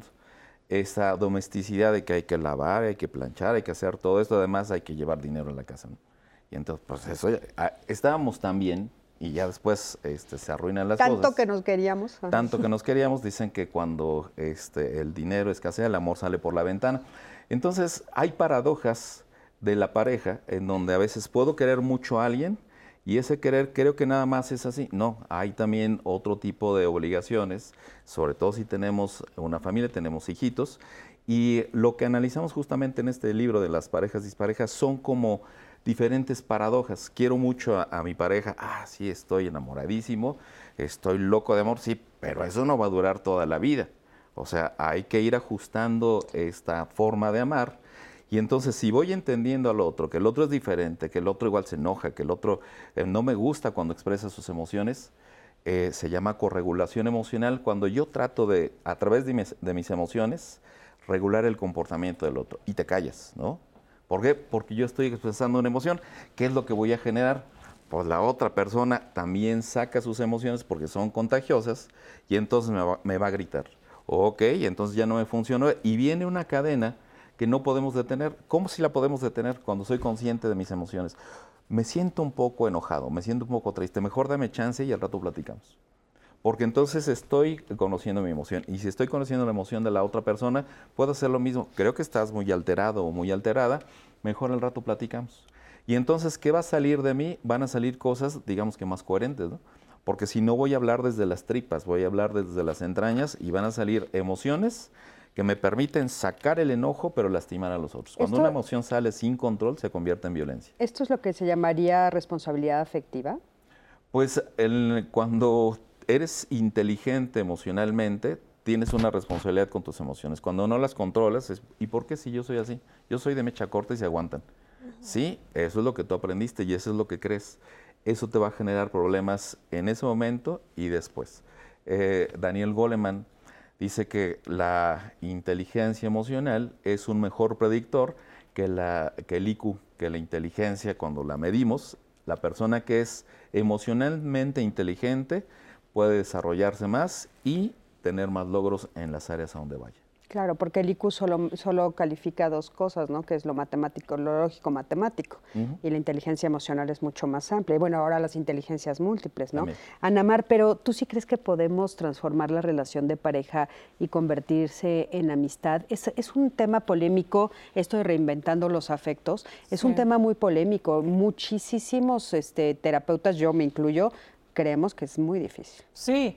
Esa domesticidad de que hay que lavar, hay que planchar, hay que hacer todo esto, además hay que llevar dinero a la casa, ¿no? Y entonces, pues eso, ya, ah, estábamos tan bien y ya después este, se arruinan las Tanto cosas. que nos queríamos. Ajá. Tanto que nos queríamos, dicen que cuando este, el dinero escasea, el amor sale por la ventana. Entonces, hay paradojas de la pareja en donde a veces puedo querer mucho a alguien y ese querer creo que nada más es así. No, hay también otro tipo de obligaciones, sobre todo si tenemos una familia, tenemos hijitos. Y lo que analizamos justamente en este libro de las parejas disparejas son como diferentes paradojas. Quiero mucho a, a mi pareja, ah, sí, estoy enamoradísimo, estoy loco de amor, sí, pero eso no va a durar toda la vida. O sea, hay que ir ajustando esta forma de amar. Y entonces, si voy entendiendo al otro, que el otro es diferente, que el otro igual se enoja, que el otro eh, no me gusta cuando expresa sus emociones, eh, se llama corregulación emocional. Cuando yo trato de, a través de mis, de mis emociones, regular el comportamiento del otro. Y te callas, ¿no? ¿Por qué? Porque yo estoy expresando una emoción. ¿Qué es lo que voy a generar? Pues la otra persona también saca sus emociones porque son contagiosas y entonces me va, me va a gritar. Ok, entonces ya no me funcionó. Y viene una cadena que no podemos detener. ¿Cómo si la podemos detener cuando soy consciente de mis emociones? Me siento un poco enojado, me siento un poco triste. Mejor dame chance y al rato platicamos. Porque entonces estoy conociendo mi emoción. Y si estoy conociendo la emoción de la otra persona, puedo hacer lo mismo. Creo que estás muy alterado o muy alterada, mejor al rato platicamos. Y entonces, ¿qué va a salir de mí? Van a salir cosas, digamos que más coherentes, ¿no? Porque si no voy a hablar desde las tripas, voy a hablar desde las entrañas y van a salir emociones que me permiten sacar el enojo, pero lastimar a los otros. Cuando Esto- una emoción sale sin control, se convierte en violencia. ¿Esto es lo que se llamaría responsabilidad afectiva? Pues el- cuando eres inteligente emocionalmente, tienes una responsabilidad con tus emociones. Cuando no las controlas, es, ¿y por qué si yo soy así? Yo soy de mecha corta y se aguantan. Sí, eso es lo que tú aprendiste y eso es lo que crees. Eso te va a generar problemas en ese momento y después. Eh, Daniel Goleman dice que la inteligencia emocional es un mejor predictor que, la, que el I Q, que la inteligencia cuando la medimos. La persona que es emocionalmente inteligente puede desarrollarse más y tener más logros en las áreas a donde vaya. Claro, porque el I Q solo, solo califica dos cosas, ¿no? Que es lo matemático, lo lógico matemático. Ujú. Y la inteligencia emocional es mucho más amplia. Y bueno, ahora las inteligencias múltiples, ¿no? También. Ana Mar, pero ¿tú sí crees que podemos transformar la relación de pareja y convertirse en amistad? Es, es un tema polémico, esto de reinventando los afectos. Es un Sí. tema muy polémico. Muchísimos este, terapeutas, yo me incluyo, creemos que es muy difícil. Sí,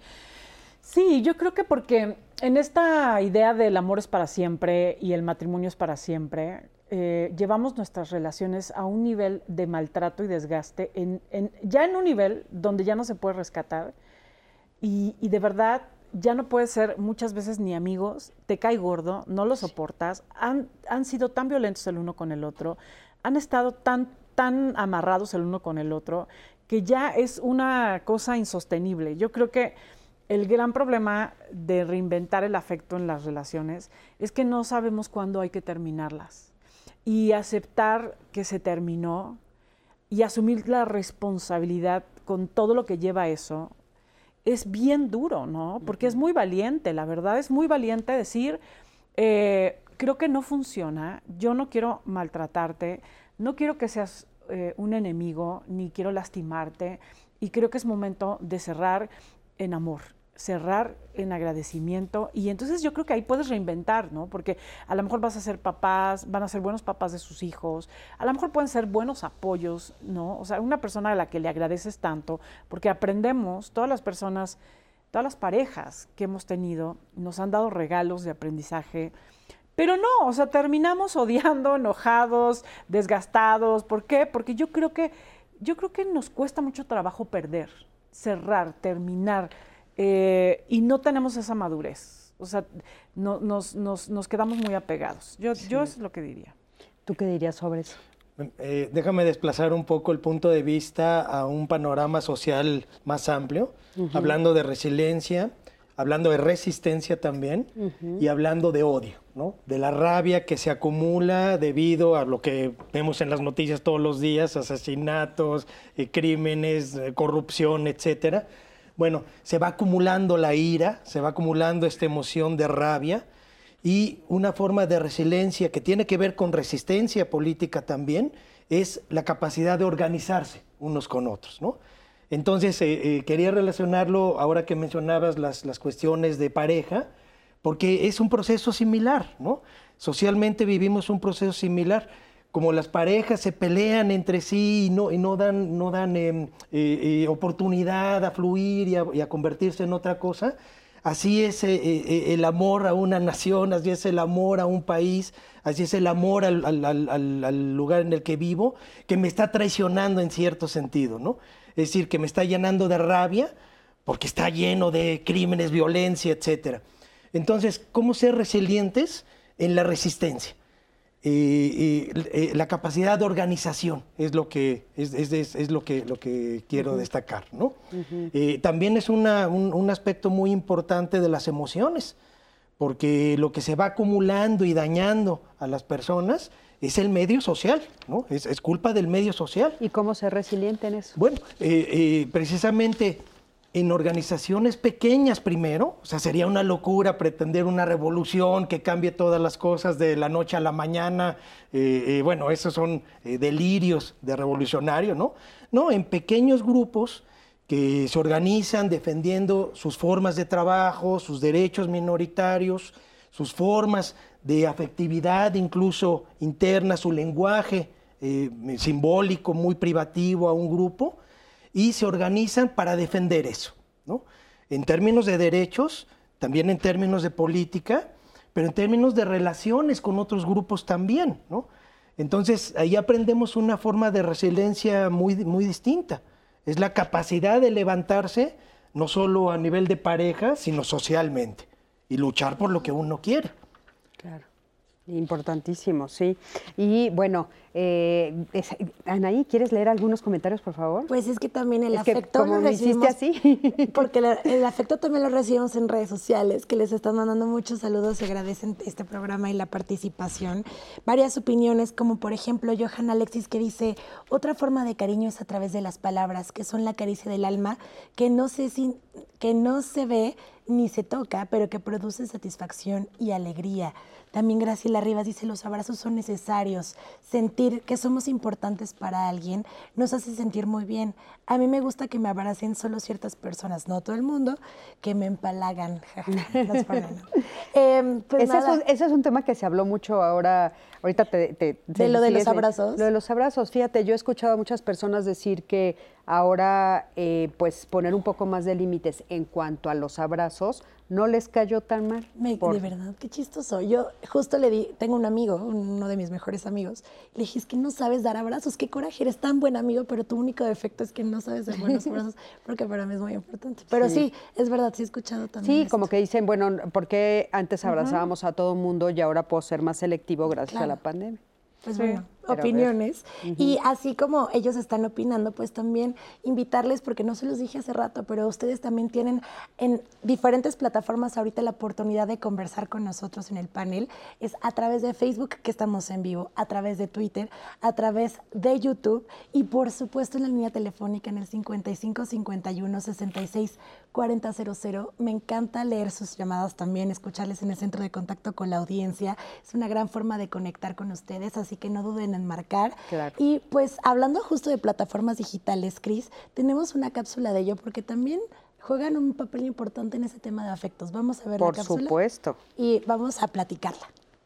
sí, yo creo que porque en esta idea del amor es para siempre y el matrimonio es para siempre, eh, llevamos nuestras relaciones a un nivel de maltrato y desgaste, en, en- ya en un nivel donde ya no se puede rescatar y, y de verdad ya no puedes ser muchas veces ni amigos, te cae gordo, no lo soportas, han, han sido tan violentos el uno con el otro, han estado tan, tan amarrados el uno con el otro, que ya es una cosa insostenible. Yo creo que el gran problema de reinventar el afecto en las relaciones es que no sabemos cuándo hay que terminarlas. Y aceptar que se terminó y asumir la responsabilidad con todo lo que lleva eso es bien duro, ¿no? Porque es muy valiente, la verdad es muy valiente decir, eh, creo que no funciona, yo no quiero maltratarte, no quiero que seas eh, un enemigo, ni quiero lastimarte, y creo que es momento de cerrar en amor, cerrar en agradecimiento, y entonces yo creo que ahí puedes reinventar, ¿no? Porque a lo mejor vas a ser papás, van a ser buenos papás de sus hijos, a lo mejor pueden ser buenos apoyos, ¿no? O sea, una persona a la que le agradeces tanto, porque aprendemos, todas las personas, todas las parejas que hemos tenido, nos han dado regalos de aprendizaje, pero no, o sea, terminamos odiando, enojados, desgastados. ¿Por qué? Porque yo creo que, yo creo que nos cuesta mucho trabajo perder, cerrar, terminar, Eh, y no tenemos esa madurez, o sea, no, nos, nos, nos quedamos muy apegados. Yo, sí. yo es lo que diría. ¿Tú qué dirías sobre eso? Eh, déjame desplazar un poco el punto de vista a un panorama social más amplio, uh-huh. hablando de resiliencia, hablando de resistencia también, uh-huh. y hablando de odio, ¿no? De la rabia que se acumula debido a lo que vemos en las noticias todos los días, asesinatos, eh, crímenes, eh, corrupción, etcétera. Bueno, se va acumulando la ira, se va acumulando esta emoción de rabia y una forma de resiliencia que tiene que ver con resistencia política también es la capacidad de organizarse unos con otros, ¿no? Entonces, eh, eh, quería relacionarlo ahora que mencionabas las, las cuestiones de pareja, porque es un proceso similar, ¿no? Socialmente vivimos un proceso similar. Como las parejas se pelean entre sí y no, y no dan, no dan eh, eh, oportunidad a fluir y a, y a convertirse en otra cosa, así es eh, eh, el amor a una nación, así es el amor a un país, así es el amor al, al, al, al lugar en el que vivo, que me está traicionando en cierto sentido, ¿no? Es decir, que me está llenando de rabia porque está lleno de crímenes, violencia, etcétera. Entonces, ¿cómo ser resilientes en la resistencia? Eh, eh, la capacidad de organización es lo que, es, es, es, es lo que, lo que quiero uh-huh. destacar, ¿no? Uh-huh. Eh, también es una, un, un aspecto muy importante de las emociones, porque lo que se va acumulando y dañando a las personas es el medio social, ¿no? Es, es culpa del medio social. ¿Y cómo ser resiliente en eso? Bueno, eh, eh, precisamente en organizaciones pequeñas primero, o sea, sería una locura pretender una revolución que cambie todas las cosas de la noche a la mañana, eh, eh, bueno, esos son eh, delirios de revolucionario, ¿no? No, en pequeños grupos que se organizan defendiendo sus formas de trabajo, sus derechos minoritarios, sus formas de afectividad incluso interna, su lenguaje eh, simbólico muy privativo a un grupo, y se organizan para defender eso, ¿no? En términos de derechos, también en términos de política, pero en términos de relaciones con otros grupos también, ¿no? Entonces, ahí aprendemos una forma de resiliencia muy, muy distinta. Es la capacidad de levantarse, no solo a nivel de pareja, sino socialmente, y luchar por lo que uno quiere. Claro. Importantísimo, sí. Y bueno, eh, es, Anaí, ¿quieres leer algunos comentarios, por favor? Pues es que también el es afecto que como lo lo hiciste así. Porque la, el afecto también lo recibimos en redes sociales, que les están mandando muchos saludos y agradecen este programa y la participación. Varias opiniones, como por ejemplo Johan Alexis, que dice, otra forma de cariño es a través de las palabras, que son la caricia del alma, que no se, que no se ve ni se toca, pero que produce satisfacción y alegría. También Graciela Rivas dice, los abrazos son necesarios. Sentir que somos importantes para alguien nos hace sentir muy bien. A mí me gusta que me abracen solo ciertas personas, no todo el mundo, que me empalagan. eh, pues ese, es un, ese es un tema que se habló mucho ahora, ahorita te... te ¿De lo de los abrazos? Lo de los abrazos. Fíjate, yo he escuchado a muchas personas decir que ahora, eh, pues, poner un poco más de límites en cuanto a los abrazos no les cayó tan mal. Me, por... De verdad, qué chistoso. Yo justo le di, tengo un amigo, uno de mis mejores amigos, le dije, es que no sabes dar abrazos, qué coraje, eres tan buen amigo, pero tu único defecto es que no sabes dar buenos abrazos, porque para mí es muy importante. Pero sí, sí es verdad, sí he escuchado también Sí, esto. Como que dicen, bueno, ¿por qué antes abrazábamos uh-huh. a todo mundo y ahora puedo ser más selectivo gracias claro. a la pandemia? Pues sí. Bueno, opiniones. Uh-huh. Y así como ellos están opinando, pues también invitarles, porque no se los dije hace rato, pero ustedes también tienen en diferentes plataformas ahorita la oportunidad de conversar con nosotros en el panel. Es a través de Facebook, que estamos en vivo, a través de Twitter, a través de YouTube y por supuesto en la línea telefónica en el cincuenta y cinco cincuenta y uno sesenta y seis cuarenta cero cero. Me encanta leer sus llamadas también, escucharles en el centro de contacto con la audiencia. Es una gran forma de conectar con ustedes, así que no duden en marcar. Claro. Y pues hablando justo de plataformas digitales, Cris, tenemos una cápsula de ello porque también juegan un papel importante en ese tema de afectos. Vamos a ver Por la cápsula. Por supuesto. Y vamos a platicarla.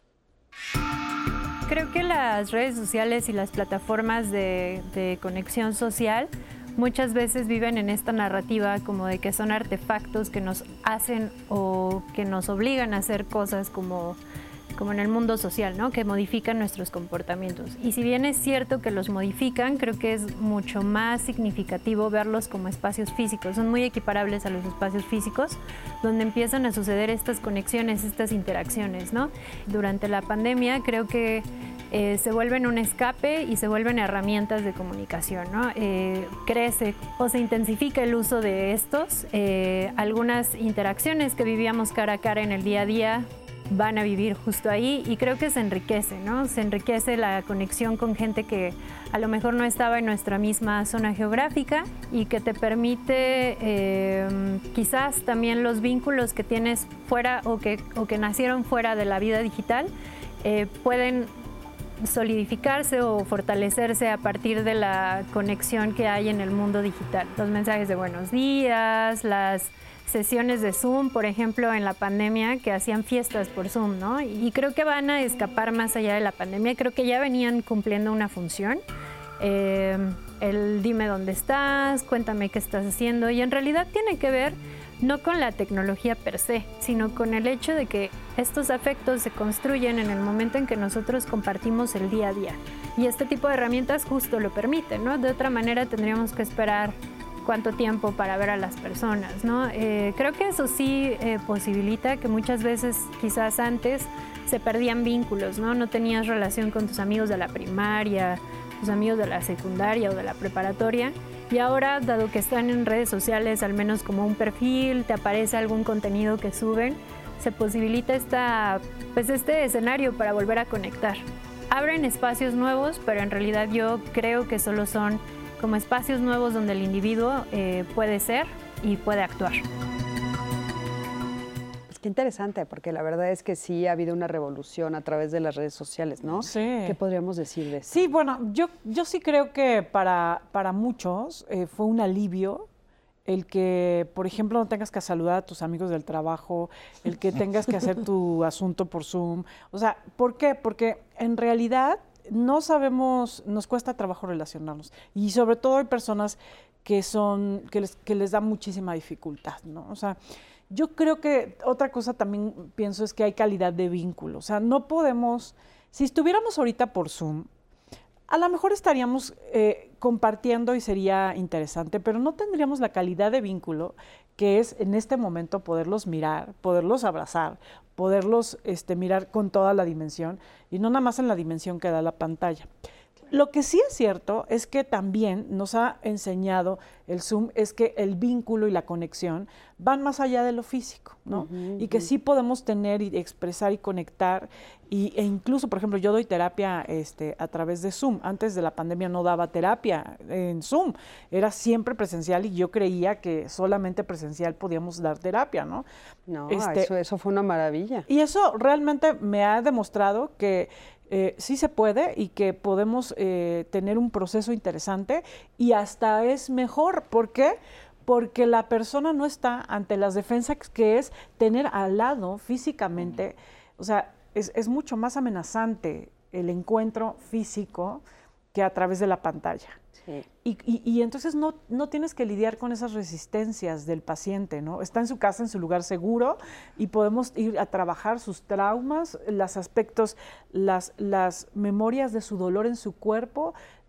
Creo que las redes sociales y las plataformas de, de conexión social muchas veces viven en esta narrativa como de que son artefactos que nos hacen o que nos obligan a hacer cosas como, como en el mundo social, ¿no? Que modifican nuestros comportamientos. Y si bien es cierto que los modifican, creo que es mucho más significativo verlos como espacios físicos. Son muy equiparables a los espacios físicos, donde empiezan a suceder estas conexiones, estas interacciones, ¿no? Durante la pandemia creo que Eh, se vuelven un escape y se vuelven herramientas de comunicación, ¿no? Eh, crece o se intensifica el uso de estos. Eh, algunas interacciones que vivíamos cara a cara en el día a día van a vivir justo ahí y creo que se enriquece, ¿no? Se enriquece la conexión con gente que a lo mejor no estaba en nuestra misma zona geográfica y que te permite eh, quizás también los vínculos que tienes fuera o que, o que nacieron fuera de la vida digital eh, pueden solidificarse o fortalecerse a partir de la conexión que hay en el mundo digital. Los mensajes de buenos días, las sesiones de Zoom, por ejemplo, en la pandemia, que hacían fiestas por Zoom, ¿no? Y creo que van a escapar más allá de la pandemia. Creo que ya venían cumpliendo una función. Eh, el dime dónde estás, cuéntame qué estás haciendo. Y en realidad tiene que ver no con la tecnología per se, sino con el hecho de que estos afectos se construyen en el momento en que nosotros compartimos el día a día. Y este tipo de herramientas justo lo permiten, ¿no? De otra manera tendríamos que esperar cuánto tiempo para ver a las personas, ¿no? Eh, creo que eso sí eh, posibilita que muchas veces, quizás antes, se perdían vínculos, ¿no? No tenías relación con tus amigos de la primaria, tus amigos de la secundaria o de la preparatoria. Y ahora, dado que están en redes sociales, al menos como un perfil, te aparece algún contenido que suben, se posibilita esta, pues este escenario para volver a conectar. Abren espacios nuevos, pero en realidad yo creo que solo son como espacios nuevos donde el individuo eh, puede ser y puede actuar. Qué interesante, porque la verdad es que sí ha habido una revolución a través de las redes sociales, ¿no? Sí. ¿Qué podríamos decir de eso? Sí, bueno, yo, yo sí creo que para, para muchos eh, fue un alivio el que, por ejemplo, no tengas que saludar a tus amigos del trabajo, el que tengas que hacer tu asunto por Zoom. O sea, ¿por qué? Porque en realidad no sabemos, nos cuesta trabajo relacionarnos. Y sobre todo hay personas que, son, que, les, que les da muchísima dificultad, ¿no? O sea, yo creo que otra cosa también pienso es que hay calidad de vínculo. O sea, no podemos, si estuviéramos ahorita por Zoom, a lo mejor estaríamos eh, compartiendo y sería interesante, pero no tendríamos la calidad de vínculo que es en este momento poderlos mirar, poderlos abrazar, poderlos este, mirar con toda la dimensión y no nada más en la dimensión que da la pantalla. Lo que sí es cierto es que también nos ha enseñado el Zoom es que el vínculo y la conexión van más allá de lo físico, ¿no? Uh-huh, y que sí podemos tener y expresar y conectar y, e incluso, por ejemplo, yo doy terapia este, a través de Zoom. Antes de la pandemia no daba terapia en Zoom, era siempre presencial y yo creía que solamente presencial podíamos dar terapia, ¿no? No, este, eso, eso fue una maravilla. Y eso realmente me ha demostrado que Eh, sí se puede y que podemos eh, tener un proceso interesante y hasta es mejor. ¿Por qué? Porque la persona no está ante las defensas que es tener al lado físicamente. O sea, es, es mucho más amenazante el encuentro físico que a través de la pantalla. Sí. Y, y, y entonces no, no tienes que lidiar con esas resistencias del paciente, ¿no? Está en su casa, en su lugar seguro y podemos ir a trabajar sus traumas, los aspectos, las, las memorias de su dolor en su cuerpo,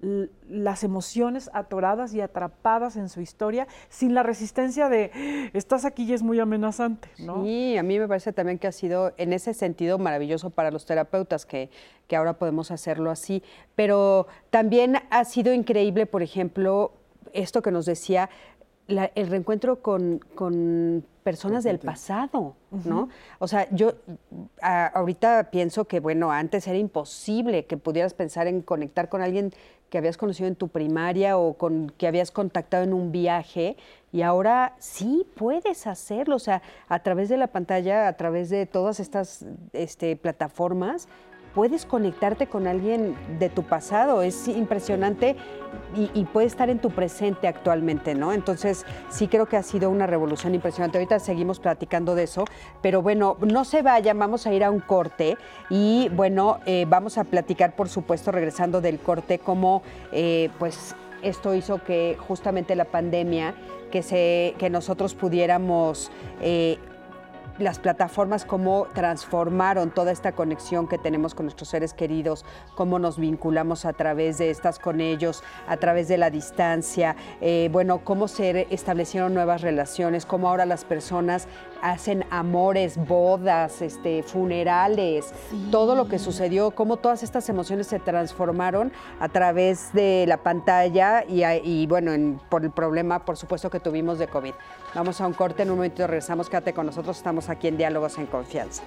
las emociones atoradas y atrapadas en su historia sin la resistencia de estás aquí y es muy amenazante, ¿no? Sí, a mí me parece también que ha sido en ese sentido maravilloso para los terapeutas que, que ahora podemos hacerlo así, pero también ha sido increíble, por ejemplo, esto que nos decía, la, el reencuentro con, con personas del pasado, ¿no? Uh-huh. O sea, yo a, ahorita pienso que, bueno, antes era imposible que pudieras pensar en conectar con alguien que habías conocido en tu primaria o con que habías contactado en un viaje, y ahora sí puedes hacerlo, o sea, a través de la pantalla, a través de todas estas este, plataformas, puedes conectarte con alguien de tu pasado, es impresionante y, y puede estar en tu presente actualmente, ¿no? Entonces, sí creo que ha sido una revolución impresionante. Ahorita seguimos platicando de eso, pero bueno, no se vayan, vamos a ir a un corte y bueno, eh, vamos a platicar, por supuesto, regresando del corte, cómo eh, pues esto hizo que justamente la pandemia, que, se, que nosotros pudiéramos... Eh, las plataformas, cómo transformaron toda esta conexión que tenemos con nuestros seres queridos, cómo nos vinculamos a través de estas con ellos, a través de la distancia, eh, bueno, cómo se establecieron nuevas relaciones, cómo ahora las personas hacen amores, bodas, este, funerales, sí. Todo lo que sucedió, cómo todas estas emociones se transformaron a través de la pantalla y, y bueno, en, por el problema, por supuesto, que tuvimos de COVID. Vamos a un corte, en un momento regresamos, quédate con nosotros, estamos aquí en Diálogos en Confianza.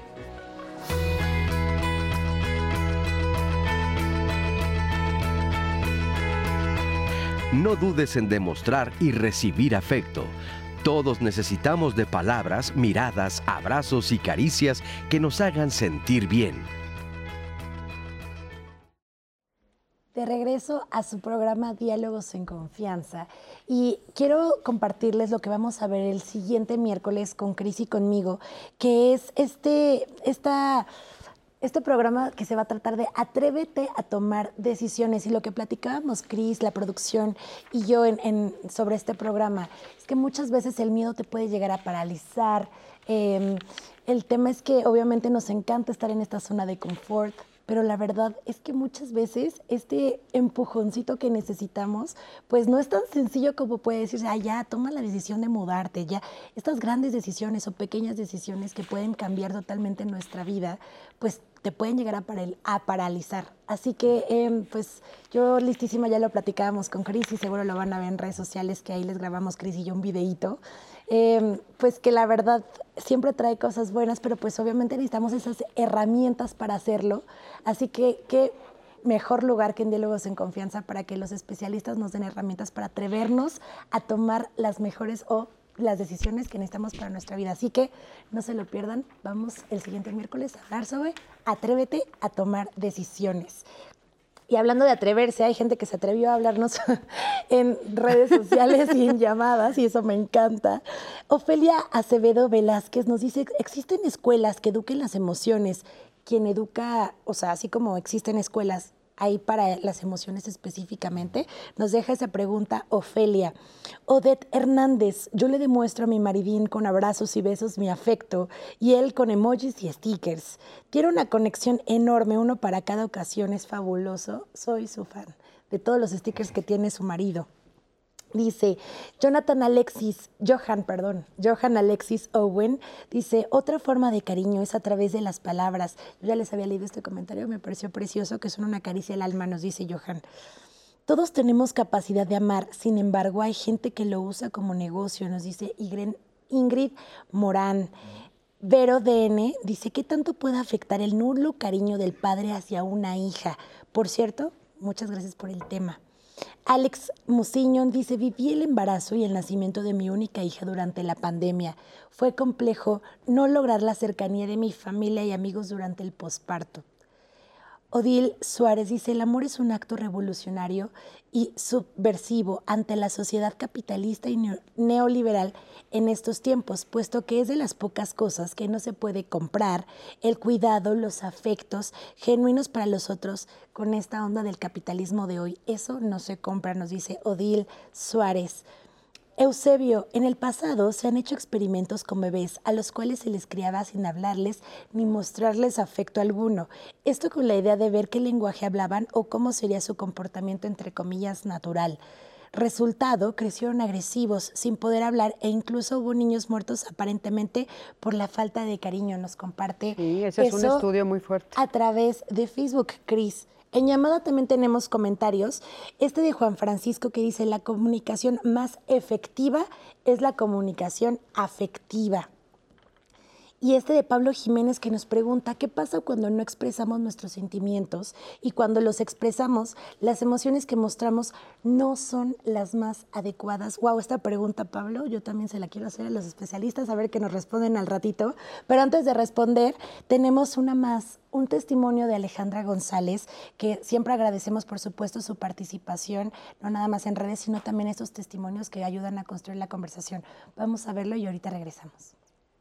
No dudes en demostrar y recibir afecto. Todos necesitamos de palabras, miradas, abrazos y caricias que nos hagan sentir bien. De regreso a su programa Diálogos en Confianza, y quiero compartirles lo que vamos a ver el siguiente miércoles con Cris y conmigo, que es este, esta, este programa que se va a tratar de atrévete a tomar decisiones. Y lo que platicábamos Cris, la producción y yo en, en, sobre este programa es que muchas veces el miedo te puede llegar a paralizar. Eh, el tema es que obviamente nos encanta estar en esta zona de confort, pero la verdad es que muchas veces este empujoncito que necesitamos, pues no es tan sencillo como puede decirse, ah, ya, toma la decisión de mudarte, ya. Estas grandes decisiones o pequeñas decisiones que pueden cambiar totalmente nuestra vida, pues te pueden llegar a, paral a paralizar. Así que, eh, pues, yo listísima, ya lo platicábamos con Cris y seguro lo van a ver en redes sociales, que ahí les grabamos Cris y yo un videíto. Eh, pues que la verdad siempre trae cosas buenas, pero pues obviamente necesitamos esas herramientas para hacerlo. Así que qué mejor lugar que en Diálogos en Confianza para que los especialistas nos den herramientas para atrevernos a tomar las mejores o las decisiones que necesitamos para nuestra vida. Así que no se lo pierdan. Vamos el siguiente miércoles a hablar sobre atrévete a tomar decisiones. Y hablando de atreverse, hay gente que se atrevió a hablarnos en redes sociales y en llamadas, y eso me encanta. Ofelia Acevedo Velázquez nos dice, ¿existen escuelas que eduquen las emociones? Quien educa, o sea, así como existen escuelas ahí para las emociones específicamente, nos deja esa pregunta Ofelia. Odette Hernández, yo le demuestro a mi maridín con abrazos y besos mi afecto y él con emojis y stickers. Quiero una conexión enorme, uno para cada ocasión, es fabuloso. Soy su fan de todos los stickers que tiene su marido. Dice Jonathan Alexis, Johan, perdón, Johan Alexis Owen, dice, otra forma de cariño es a través de las palabras. Yo ya les había leído este comentario, me pareció precioso, que son una caricia al alma, nos dice Johan. Todos tenemos capacidad de amar, sin embargo hay gente que lo usa como negocio, nos dice Ingrid Morán. Vero D N dice, ¿qué tanto puede afectar el nulo cariño del padre hacia una hija? Por cierto, muchas gracias por el tema. Alex Musiñón dice, viví el embarazo y el nacimiento de mi única hija durante la pandemia. Fue complejo no lograr la cercanía de mi familia y amigos durante el posparto. Odil Suárez dice, el amor es un acto revolucionario y subversivo ante la sociedad capitalista y neoliberal en estos tiempos, puesto que es de las pocas cosas que no se puede comprar, el cuidado, los afectos genuinos para los otros con esta onda del capitalismo de hoy. Eso no se compra, nos dice Odil Suárez. Eusebio, en el pasado se han hecho experimentos con bebés a los cuales se les criaba sin hablarles ni mostrarles afecto alguno. Esto con la idea de ver qué lenguaje hablaban o cómo sería su comportamiento, entre comillas, natural. Resultado, crecieron agresivos, sin poder hablar, e incluso hubo niños muertos aparentemente por la falta de cariño. Nos comparte Sí, ese es un eso estudio muy fuerte. a través de Facebook, Cris. En llamada también tenemos comentarios. Este de Juan Francisco que dice, la comunicación más efectiva es la comunicación afectiva. Y este de Pablo Jiménez que nos pregunta, ¿qué pasa cuando no expresamos nuestros sentimientos? Y cuando los expresamos, las emociones que mostramos no son las más adecuadas. Wow, esta pregunta, Pablo, yo también se la quiero hacer a los especialistas, a ver que nos responden al ratito. Pero antes de responder, tenemos una más, un testimonio de Alejandra González, que siempre agradecemos, por supuesto, su participación, no nada más en redes, sino también estos testimonios que ayudan a construir la conversación. Vamos a verlo y ahorita regresamos.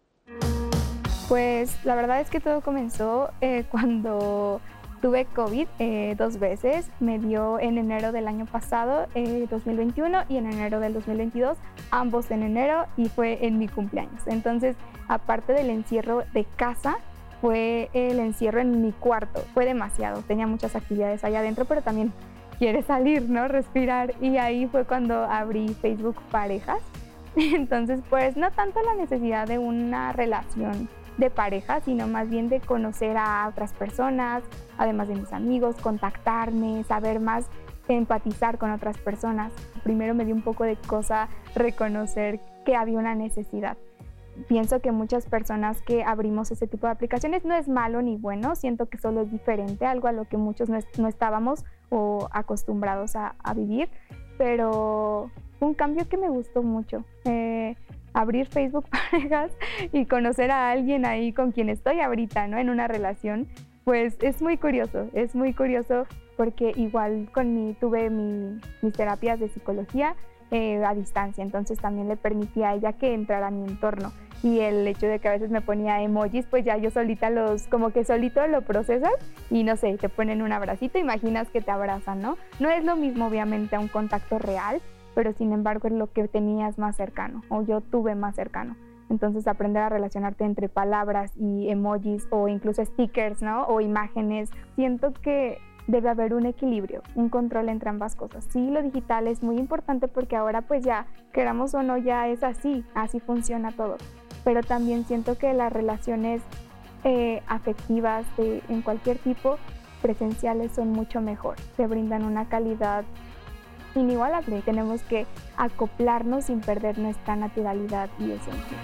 Pues la verdad es que todo comenzó eh, cuando tuve COVID eh, dos veces. Me dio en enero del año pasado, eh, dos mil veintiuno, y en enero del dos mil veintidós, ambos en enero, y fue en mi cumpleaños. Entonces, aparte del encierro de casa, fue el encierro en mi cuarto. Fue demasiado, tenía muchas actividades allá adentro, pero también quiere salir, ¿no? Respirar. Y ahí fue cuando abrí Facebook Parejas. Entonces, pues no tanto la necesidad de una relación de pareja, sino más bien de conocer a otras personas, además de mis amigos, contactarme, saber más, empatizar con otras personas. Primero me dio un poco de cosa reconocer que había una necesidad. Pienso que muchas personas que abrimos ese tipo de aplicaciones no es malo ni bueno, siento que solo es diferente, algo a lo que muchos no, no estábamos o acostumbrados a, a vivir, pero fue un cambio que me gustó mucho. Eh, abrir Facebook Parejas y conocer a alguien ahí con quien estoy ahorita, ¿no? En una relación, pues es muy curioso, es muy curioso porque igual con mi, tuve mi, mis terapias de psicología eh, a distancia, entonces también le permití a ella que entrara a mi entorno. Y el hecho de que a veces me ponía emojis, pues ya yo solita los, como que solito lo procesas y no sé, te ponen un abracito, imaginas que te abrazan, ¿no? No es lo mismo obviamente a un contacto real, pero sin embargo es lo que tenías más cercano, o yo tuve más cercano. Entonces aprender a relacionarte entre palabras y emojis, o incluso stickers, ¿no? O imágenes, siento que debe haber un equilibrio, un control entre ambas cosas. Sí, lo digital es muy importante porque ahora pues ya, queramos o no, ya es así, así funciona todo. Pero también siento que las relaciones eh, afectivas de, en cualquier tipo, presenciales son mucho mejor, te brindan una calidad inigualable. Tenemos que acoplarnos sin perder nuestra naturalidad y esencia.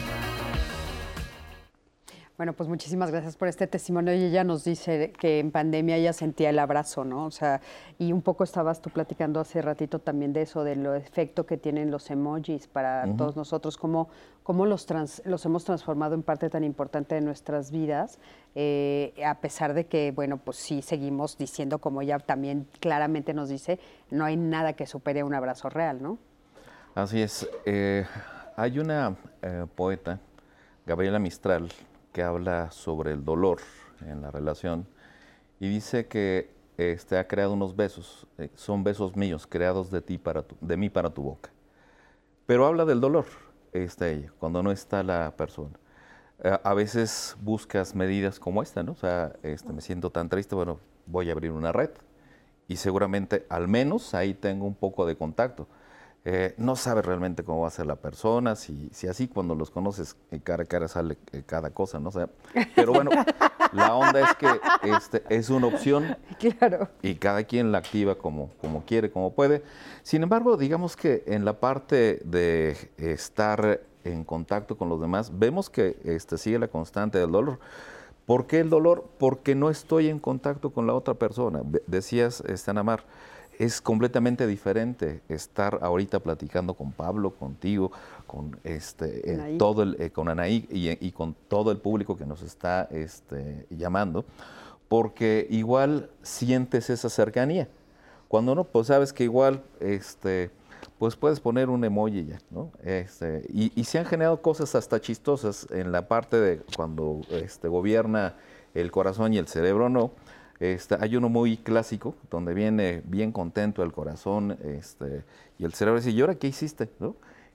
Bueno, pues muchísimas gracias por este testimonio. Y ella nos dice que en pandemia ella sentía el abrazo, ¿no? O sea, y un poco estabas tú platicando hace ratito también de eso, del efecto que tienen los emojis para uh-huh. todos nosotros, cómo, cómo los, trans, los hemos transformado en parte tan importante de nuestras vidas, eh, a pesar de que, bueno, pues sí seguimos diciendo, como ella también claramente nos dice, no hay nada que supere un abrazo real, ¿no? Así es. Eh, hay una eh, poeta, Gabriela Mistral, que habla sobre el dolor en la relación y dice que este, ha creado unos besos, eh, son besos míos, creados de, ti para tu, de mí para tu boca. Pero habla del dolor, está ella, cuando no está la persona. Eh, a veces buscas medidas como esta, ¿no? O sea, este, me siento tan triste, bueno, voy a abrir una red y seguramente al menos ahí tengo un poco de contacto. Eh, no sabes realmente cómo va a ser la persona, si, si así cuando los conoces eh, cara a cara sale eh, cada cosa, ¿no? O sea, pero bueno, la onda es que este, es una opción claro. y cada quien la activa como, como quiere, como puede. Sin embargo, digamos que en la parte de estar en contacto con los demás, vemos que este, sigue la constante del dolor. ¿Por qué el dolor? Porque no estoy en contacto con la otra persona. Decías, este, Ana Mar, es completamente diferente estar ahorita platicando con Pablo, contigo, con este, eh, todo el, eh, con Anaí y, y con todo el público que nos está este, llamando, porque igual sientes esa cercanía. Cuando no, pues sabes que igual, este, pues puedes poner un emoji ya, ¿no? Este, y, y se han generado cosas hasta chistosas en la parte de cuando este, gobierna el corazón y el cerebro no. Este, hay uno muy clásico, donde viene bien contento el corazón este, y el cerebro dice, ¿y ahora qué hiciste? ¿No?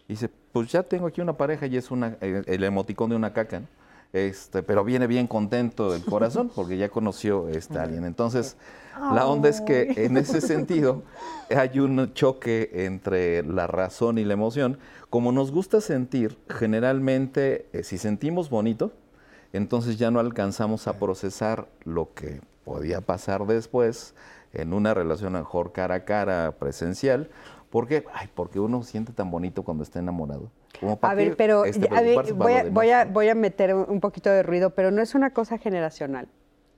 Y dice, pues ya tengo aquí una pareja y es una, el, el emoticón de una caca, ¿no? Este, pero viene bien contento del corazón porque ya conoció este, a alguien. Entonces, la onda es que en ese sentido hay un choque entre la razón y la emoción. Como nos gusta sentir, generalmente, eh, si sentimos bonito, entonces ya no alcanzamos a procesar lo que podía pasar después en una relación a lo mejor cara a cara, presencial. ¿Por qué? Ay, porque uno siente tan bonito cuando está enamorado. Como A ver, pero este, a ver, voy, a, voy, a, voy a meter un poquito de ruido, pero no es una cosa generacional.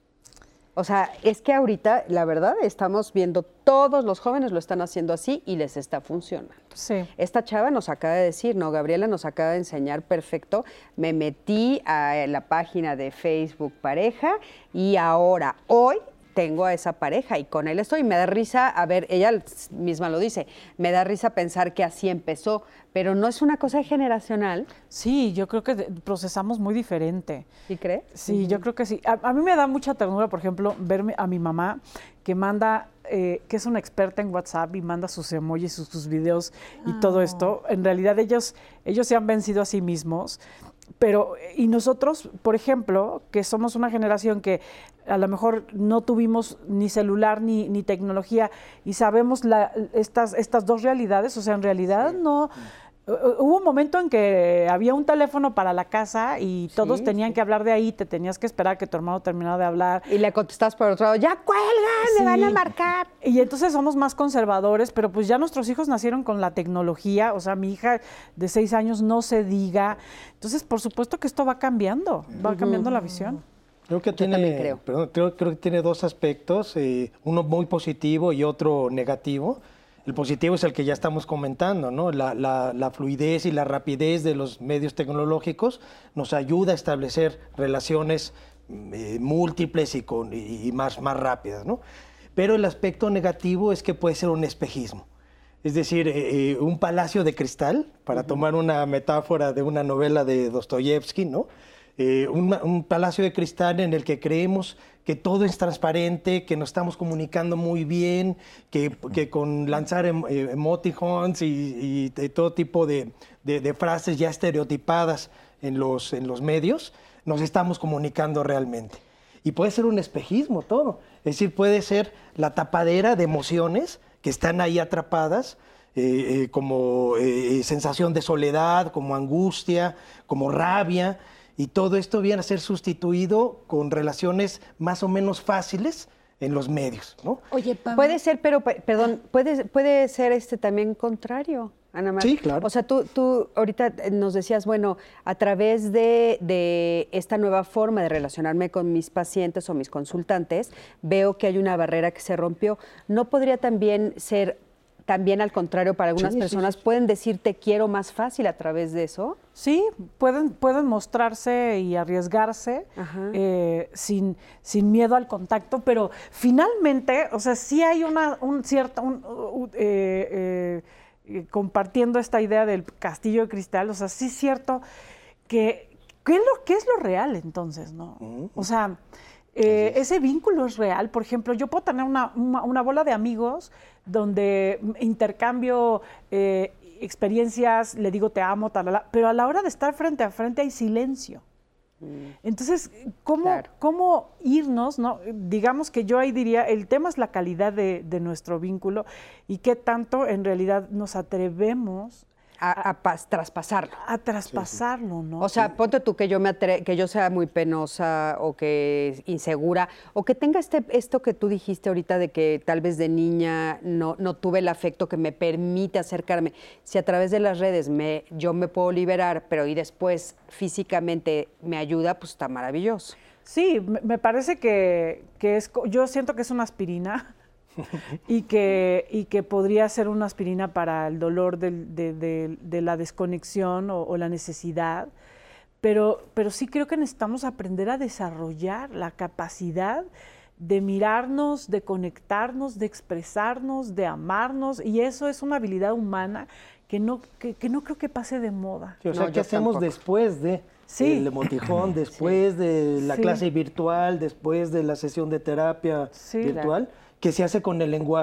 O sea, es que ahorita, la verdad, estamos viendo, todos los jóvenes lo están haciendo así y les está funcionando. Sí. Esta chava nos acaba de decir, ¿no? Gabriela nos acaba de enseñar perfecto. Me metí a la página de Facebook Pareja y ahora, hoy, tengo a esa pareja y con él estoy. Me da risa, a ver, ella misma lo dice, me da risa pensar que así empezó, pero no es una cosa generacional. Sí, yo creo que procesamos muy diferente. ¿Sí crees? Sí, uh-huh. Yo creo que sí. A, a mí me da mucha ternura, por ejemplo, verme a mi mamá que manda, eh, que es una experta en WhatsApp y manda sus emojis, sus, sus videos y oh. todo esto. En realidad ellos, ellos se han vencido a sí mismos. Pero, y nosotros, por ejemplo, que somos una generación que a lo mejor no tuvimos ni celular ni, ni tecnología y sabemos la, estas, estas dos realidades, o sea, en realidad sí. no... Hubo un momento en que había un teléfono para la casa y todos sí, tenían sí. que hablar de ahí, te tenías que esperar que tu hermano terminara de hablar. Y le contestas por otro lado, ¡ya cuelgan, sí. me van a marcar! Y entonces somos más conservadores, pero pues ya nuestros hijos nacieron con la tecnología, o sea, mi hija de seis años no se diga. Entonces, por supuesto que esto va cambiando, va cambiando uh-huh. la visión. Creo que, tiene, creo. Perdón, creo, creo que tiene dos aspectos, eh, uno muy positivo y otro negativo. El positivo es el que ya estamos comentando, ¿no? La, la, la fluidez y la rapidez de los medios tecnológicos nos ayuda a establecer relaciones eh, múltiples y, con, y, y más, más rápidas, ¿no? Pero el aspecto negativo es que puede ser un espejismo. Es decir, eh, un palacio de cristal, para uh-huh. tomar una metáfora de una novela de Dostoyevsky, ¿no? Eh, un, un palacio de cristal en el que creemos que todo es transparente, que nos estamos comunicando muy bien, que, que con lanzar em, emoticons y, y todo tipo de, de, de frases ya estereotipadas en los, en los medios, nos estamos comunicando realmente. Y puede ser un espejismo todo, es decir, puede ser la tapadera de emociones que están ahí atrapadas, eh, eh, como eh, sensación de soledad, como angustia, como rabia. Y todo esto viene a ser sustituido con relaciones más o menos fáciles en los medios, ¿no? Oye, Pablo. Puede ser, pero, perdón, puede, puede ser este también contrario, Ana Mar. Sí, claro. O sea, tú, tú ahorita nos decías, bueno, a través de, de esta nueva forma de relacionarme con mis pacientes o mis consultantes, veo que hay una barrera que se rompió. ¿No podría también ser... También al contrario, para algunas sí, personas, sí, sí. ¿pueden decir te quiero más fácil a través de eso? Sí, pueden, pueden mostrarse y arriesgarse eh, sin, sin miedo al contacto, pero finalmente, o sea, sí hay una un cierto, un, uh, eh, eh, compartiendo esta idea del castillo de cristal, o sea, sí es cierto que, ¿qué es lo, qué es lo real entonces, no? Uh-huh. O sea... Eh, ese vínculo es real. Por ejemplo, yo puedo tener una, una, una bola de amigos donde intercambio eh, experiencias, le digo te amo, talala, pero a la hora de estar frente a frente hay silencio. Mm. Entonces, ¿cómo, claro. ¿cómo irnos? ¿No? Digamos que yo ahí diría, el tema es la calidad de, de nuestro vínculo y qué tanto en realidad nos atrevemos A, a pas, traspasarlo. A traspasarlo, ¿no? O sea, ponte tú que yo me atre que yo sea muy penosa o que insegura o que tenga este esto que tú dijiste ahorita de que tal vez de niña no, no tuve el afecto que me permite acercarme. Si a través de las redes me, yo me puedo liberar, pero y después físicamente me ayuda, pues está maravilloso. Sí, me parece que, que es, yo siento que es una aspirina. y, que, y que podría ser una aspirina para el dolor del, de, de, de la desconexión o, o la necesidad, pero, pero sí creo que necesitamos aprender a desarrollar la capacidad de mirarnos, de conectarnos, de expresarnos, de amarnos, y eso es una habilidad humana que no, que, que no creo que pase de moda. Sí, o sea, no, ¿qué hacemos tampoco. después de sí. el emoticón, después sí. de la sí. clase virtual, después de la sesión de terapia sí, virtual? Claro. Que se hace con el lenguaje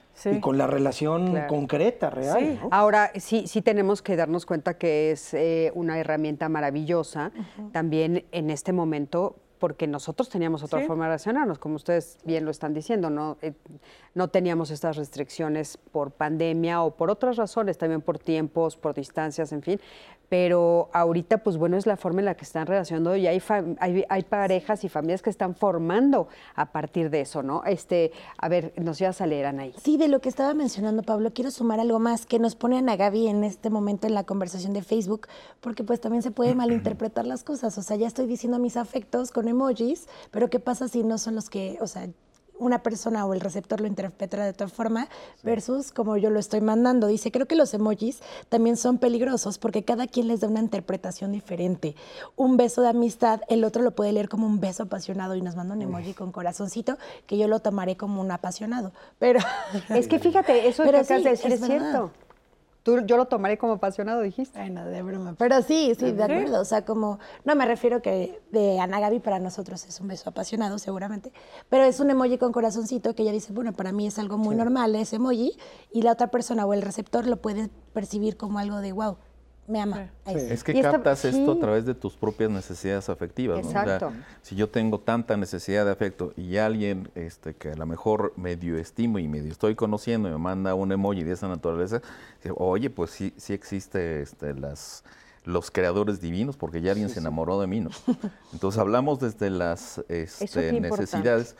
sí. y con la relación claro. concreta, real. Sí. ¿no? Ahora, sí, sí tenemos que darnos cuenta que es eh, una herramienta maravillosa uh-huh. también en este momento, porque nosotros teníamos otra sí. forma de relacionarnos, como ustedes bien lo están diciendo, ¿no? Eh, no teníamos estas restricciones por pandemia o por otras razones, también por tiempos, por distancias, en fin. Pero ahorita, pues bueno, es la forma en la que están relacionando y hay, hay, hay parejas y familias que están formando a partir de eso, ¿no? Este, a ver, nos ibas a leer, Anaí. Sí, de lo que estaba mencionando, Pablo, quiero sumar algo más que nos pone Ana Gaby en este momento en la conversación de Facebook, porque pues también se puede malinterpretar las cosas. O sea, ya estoy diciendo mis afectos con emojis, pero ¿qué pasa si no son los que, o sea, una persona o el receptor lo interpreta de otra forma versus como yo lo estoy mandando? Dice, creo que los emojis también son peligrosos porque cada quien les da una interpretación diferente. Un beso de amistad, el otro lo puede leer como un beso apasionado y nos manda un emoji con corazoncito que yo lo tomaré como un apasionado. Pero es que fíjate, eso que acabas de decir es cierto. Tú, yo lo tomaré como apasionado, dijiste. Ay, no, de broma. Pero sí, sí, de acuerdo. O sea, como, no me refiero que de Ana Gaby para nosotros es un beso apasionado, seguramente. Pero es un emoji con corazoncito que ella dice, bueno, para mí es algo muy sí. normal ese emoji. Y la otra persona o el receptor lo puede percibir como algo de, wow, me ama. Sí. Es que captas esta, esto sí. a través de tus propias necesidades afectivas. Exacto. ¿no? O sea, si yo tengo tanta necesidad de afecto y alguien este, que a lo mejor medio estimo y medio estoy conociendo y me manda un emoji de esa naturaleza, oye, pues sí, sí existe este, las, los creadores divinos porque ya alguien sí, se enamoró de mí, ¿no? Entonces hablamos desde las este, necesidades.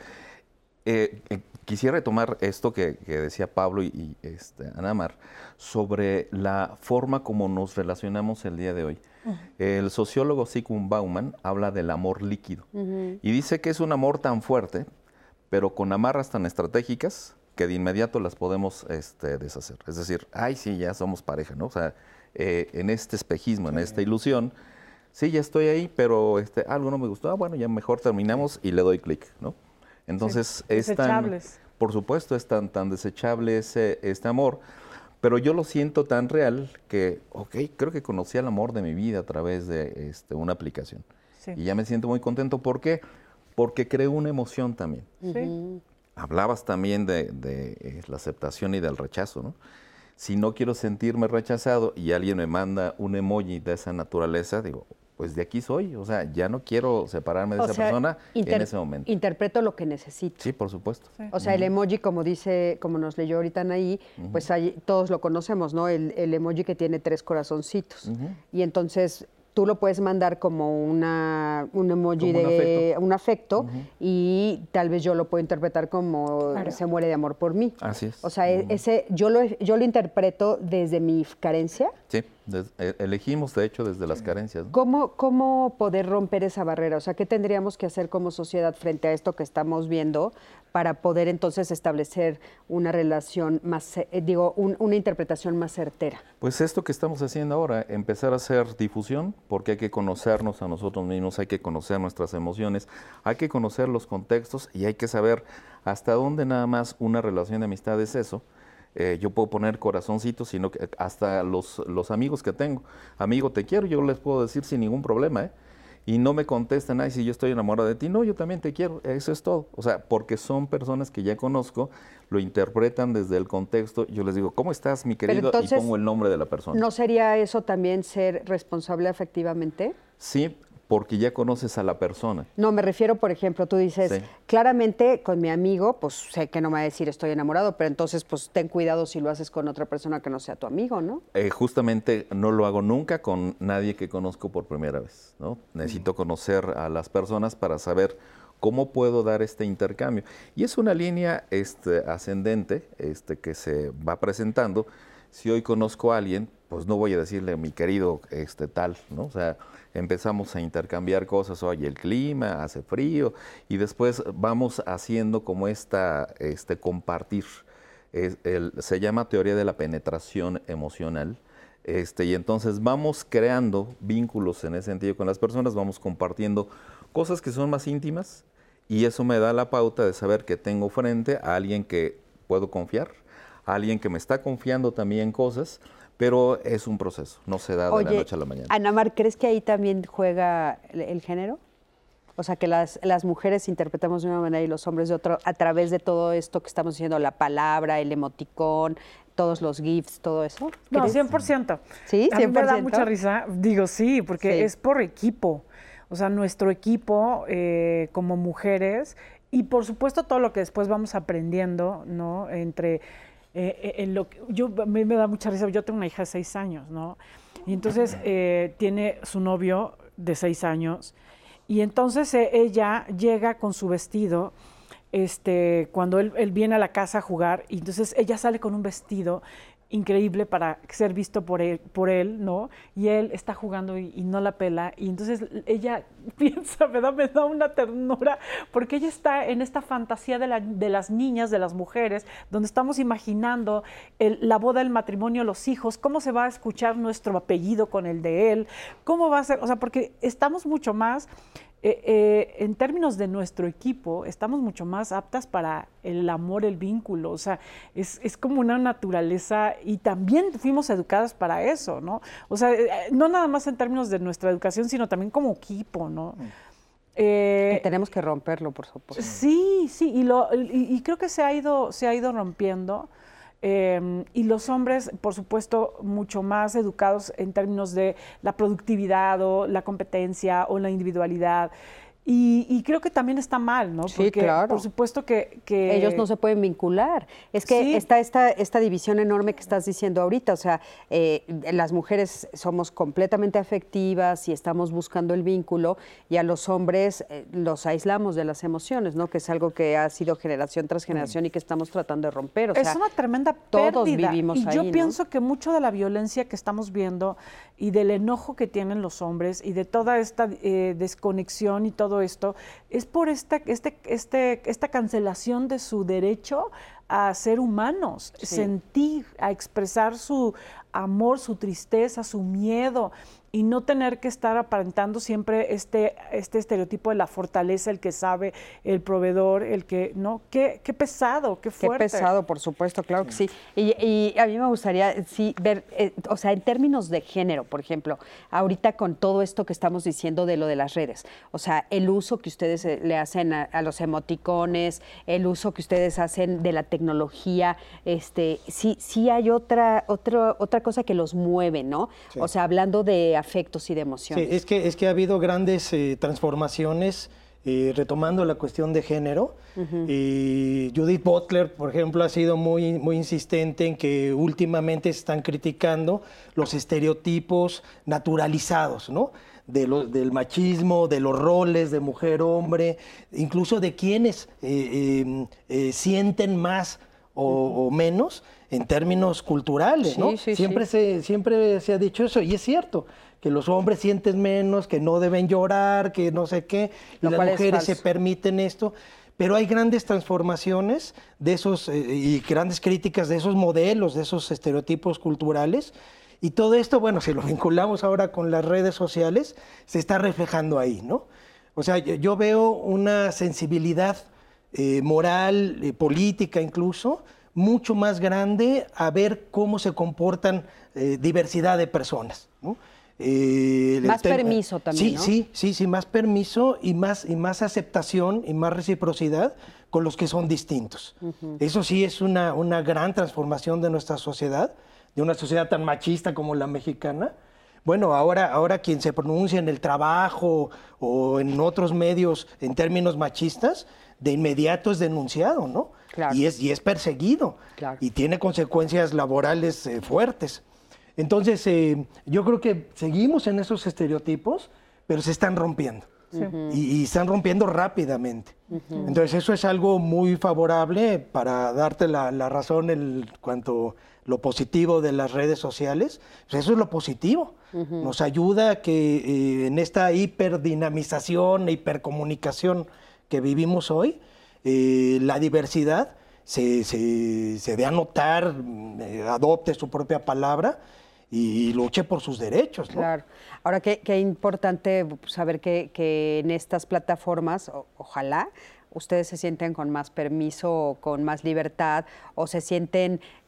Eh, eh, quisiera retomar esto que, que decía Pablo y, y este, Ana Mar sobre la forma como nos relacionamos el día de hoy. Uh-huh. El sociólogo Zygmunt Bauman habla del amor líquido uh-huh. y dice que es un amor tan fuerte, pero con amarras tan estratégicas que de inmediato las podemos este, deshacer. Es decir, ay, sí, ya somos pareja, ¿no? O sea, eh, en este espejismo, sí. en esta ilusión, sí, ya estoy ahí, pero este, algo no me gustó, ah, bueno, ya mejor terminamos y le doy clic, ¿no? Entonces, sí, es tan, por supuesto, es tan, tan desechable ese, este amor, pero yo lo siento tan real que, ok, creo que conocí al amor de mi vida a través de este, una aplicación. Sí. Y ya me siento muy contento. ¿Por qué? Porque creo una emoción también. Sí. Hablabas también de, de eh, la aceptación y del rechazo, ¿no? Si no quiero sentirme rechazado y alguien me manda un emoji de esa naturaleza, digo, pues de aquí soy, o sea, ya no quiero separarme de o esa sea, persona inter- en ese momento. Interpreto lo que necesito. Sí, por supuesto. Sí. O sea, el emoji, como dice, como nos leyó ahorita Anaí, uh-huh. pues hay, todos lo conocemos, ¿no? El, el emoji que tiene tres corazoncitos. Uh-huh. Y entonces tú lo puedes mandar como una, un emoji como de un afecto, un afecto uh-huh. y tal vez yo lo puedo interpretar como claro. se muere de amor por mí. Así es. O sea, uh-huh. ese yo lo, yo lo interpreto desde mi carencia. Sí, des, elegimos de hecho desde las carencias, ¿no? ¿Cómo, ¿Cómo poder romper esa barrera? O sea, ¿qué tendríamos que hacer como sociedad frente a esto que estamos viendo para poder entonces establecer una relación más, eh, digo, un, una interpretación más certera? Pues esto que estamos haciendo ahora, empezar a hacer difusión, porque hay que conocernos a nosotros mismos, hay que conocer nuestras emociones, hay que conocer los contextos y hay que saber hasta dónde nada más una relación de amistad es eso. Eh, yo puedo poner corazoncitos, sino que hasta los, los amigos que tengo, amigo, te quiero, yo les puedo decir sin ningún problema, ¿eh? Y no me contestan, ay, si yo estoy enamorado de ti, no, yo también te quiero, eso es todo. O sea, porque son personas que ya conozco, lo interpretan desde el contexto, yo les digo, ¿cómo estás, mi querido? Entonces, y pongo el nombre de la persona. ¿No sería eso también ser responsable afectivamente? Sí, porque ya conoces a la persona. No, me refiero, por ejemplo, tú dices, sí. claramente con mi amigo, pues sé que no me va a decir estoy enamorado, pero entonces pues ten cuidado si lo haces con otra persona que no sea tu amigo, ¿no? Eh, justamente no lo hago nunca con nadie que conozco por primera vez, ¿no? Necesito conocer a las personas para saber cómo puedo dar este intercambio. Y es una línea este, ascendente este, que se va presentando. Si hoy conozco a alguien, pues no voy a decirle mi querido este, tal, ¿no? O sea, empezamos a intercambiar cosas, oye, el clima, hace frío, y después vamos haciendo como esta, este compartir. Es el, se llama teoría de la penetración emocional, este, y entonces vamos creando vínculos en ese sentido con las personas, vamos compartiendo cosas que son más íntimas, y eso me da la pauta de saber que tengo frente a alguien que puedo confiar, a alguien que me está confiando también cosas, pero es un proceso, no se da de Oye, la noche a la mañana. Ana Mar, ¿crees que ahí también juega el, el género? O sea, que las, las mujeres interpretamos de una manera y los hombres de otra, a través de todo esto que estamos diciendo, la palabra, el emoticón, todos los GIFs, todo eso. No, cien por ciento. Sí, cien por ciento. A mí me da mucha risa. Digo, sí, porque sí. es por equipo. O sea, nuestro equipo eh, como mujeres y, por supuesto, todo lo que después vamos aprendiendo, ¿no? Entre... Eh, en lo que, yo, a mí me da mucha risa. Yo tengo una hija de seis años, ¿no? Y entonces eh, tiene su novio de seis años. Y entonces eh, ella llega con su vestido, este, cuando él, él viene a la casa a jugar, y entonces ella sale con un vestido increíble para ser visto por él, por él, ¿no? Y él está jugando y, y no la pela, y entonces ella piensa, me da, me da una ternura, porque ella está en esta fantasía de, la, de las niñas, de las mujeres, donde estamos imaginando el, la boda, el matrimonio, los hijos, cómo se va a escuchar nuestro apellido con el de él, cómo va a ser, o sea, porque estamos mucho más... Eh, eh, en términos de nuestro equipo, estamos mucho más aptas para el amor, el vínculo, o sea, es, es como una naturaleza y también fuimos educadas para eso, ¿no? O sea, eh, no nada más en términos de nuestra educación, sino también como equipo, ¿no? Mm. Eh, y tenemos que romperlo, por supuesto. Sí, sí, y, lo, y, y creo que se ha ido, se ha ido rompiendo. Eh, y los hombres, por supuesto, mucho más educados en términos de la productividad o la competencia o la individualidad. Y, y creo que también está mal, ¿no? Sí, porque, claro. por supuesto que, que... Ellos no se pueden vincular. Es que sí. está esta, esta división enorme que estás diciendo ahorita. O sea, eh, las mujeres somos completamente afectivas y estamos buscando el vínculo, y a los hombres eh, los aislamos de las emociones, ¿no? Que es algo que ha sido generación tras generación mm. y que estamos tratando de romper. O es sea, una tremenda pérdida. Todos vivimos y ahí, yo ¿no? pienso que mucho de la violencia que estamos viendo y del enojo que tienen los hombres y de toda esta eh, desconexión y todo esto, es por esta, este, este, esta cancelación de su derecho a ser humanos, sí. sentir, a expresar su amor, su tristeza, su miedo, y no tener que estar aparentando siempre este, este estereotipo de la fortaleza, el que sabe, el proveedor, el que, ¿no? Qué, qué pesado, qué fuerte. Qué pesado, por supuesto, claro que sí. Y, y a mí me gustaría, sí, ver, eh, o sea, en términos de género, por ejemplo, ahorita con todo esto que estamos diciendo de lo de las redes, o sea, el uso que ustedes le hacen a, a los emoticones, el uso que ustedes hacen de la tecnología, este, sí, sí hay otra, otra, otra cosa que los mueve, ¿no? Sí. O sea, hablando de afectos y de emociones. Sí, es que, es que ha habido grandes eh, transformaciones, eh, retomando la cuestión de género. Uh-huh. eh, Judith Butler, por ejemplo, ha sido muy, muy insistente en que últimamente se están criticando los estereotipos naturalizados, ¿no? De lo, del machismo, de los roles de mujer-hombre, incluso de quienes eh, eh, eh, sienten más o, uh-huh. o menos en términos culturales, ¿no? Sí, sí, siempre, sí. Se, siempre se ha dicho eso, y es cierto, que los hombres sienten menos, que no deben llorar, que no sé qué, y las mujeres se permiten esto, pero hay grandes transformaciones de esos, eh, y grandes críticas de esos modelos, de esos estereotipos culturales, y todo esto, bueno, si lo vinculamos ahora con las redes sociales, se está reflejando ahí, ¿no? O sea, yo, yo veo una sensibilidad eh, moral, eh, política incluso, mucho más grande a ver cómo se comportan eh, diversidad de personas, ¿no? Eh, más permiso también, sí, ¿no? Sí, sí, sí, más permiso y más, y más aceptación y más reciprocidad con los que son distintos. Uh-huh. Eso sí es una, una gran transformación de nuestra sociedad, de una sociedad tan machista como la mexicana. Bueno, ahora, ahora quien se pronuncia en el trabajo o en otros medios en términos machistas, de inmediato es denunciado, ¿no? Claro. Y, es, y es perseguido, claro. Y tiene consecuencias laborales eh, fuertes. Entonces, eh, yo creo que seguimos en esos estereotipos, pero se están rompiendo. Sí. Y, y están rompiendo rápidamente. Uh-huh. Entonces, eso es algo muy favorable para darte la, la razón en cuanto a lo positivo de las redes sociales. Pues eso es lo positivo. Uh-huh. Nos ayuda a que eh, en esta hiperdinamización, hipercomunicación que vivimos hoy, eh, la diversidad se, se, se dé a notar, eh, adopte su propia palabra y luche por sus derechos, ¿no? Claro. Ahora, qué, qué importante saber que, que en estas plataformas, o, ojalá, ustedes se sienten con más permiso, o con más libertad, o se sienten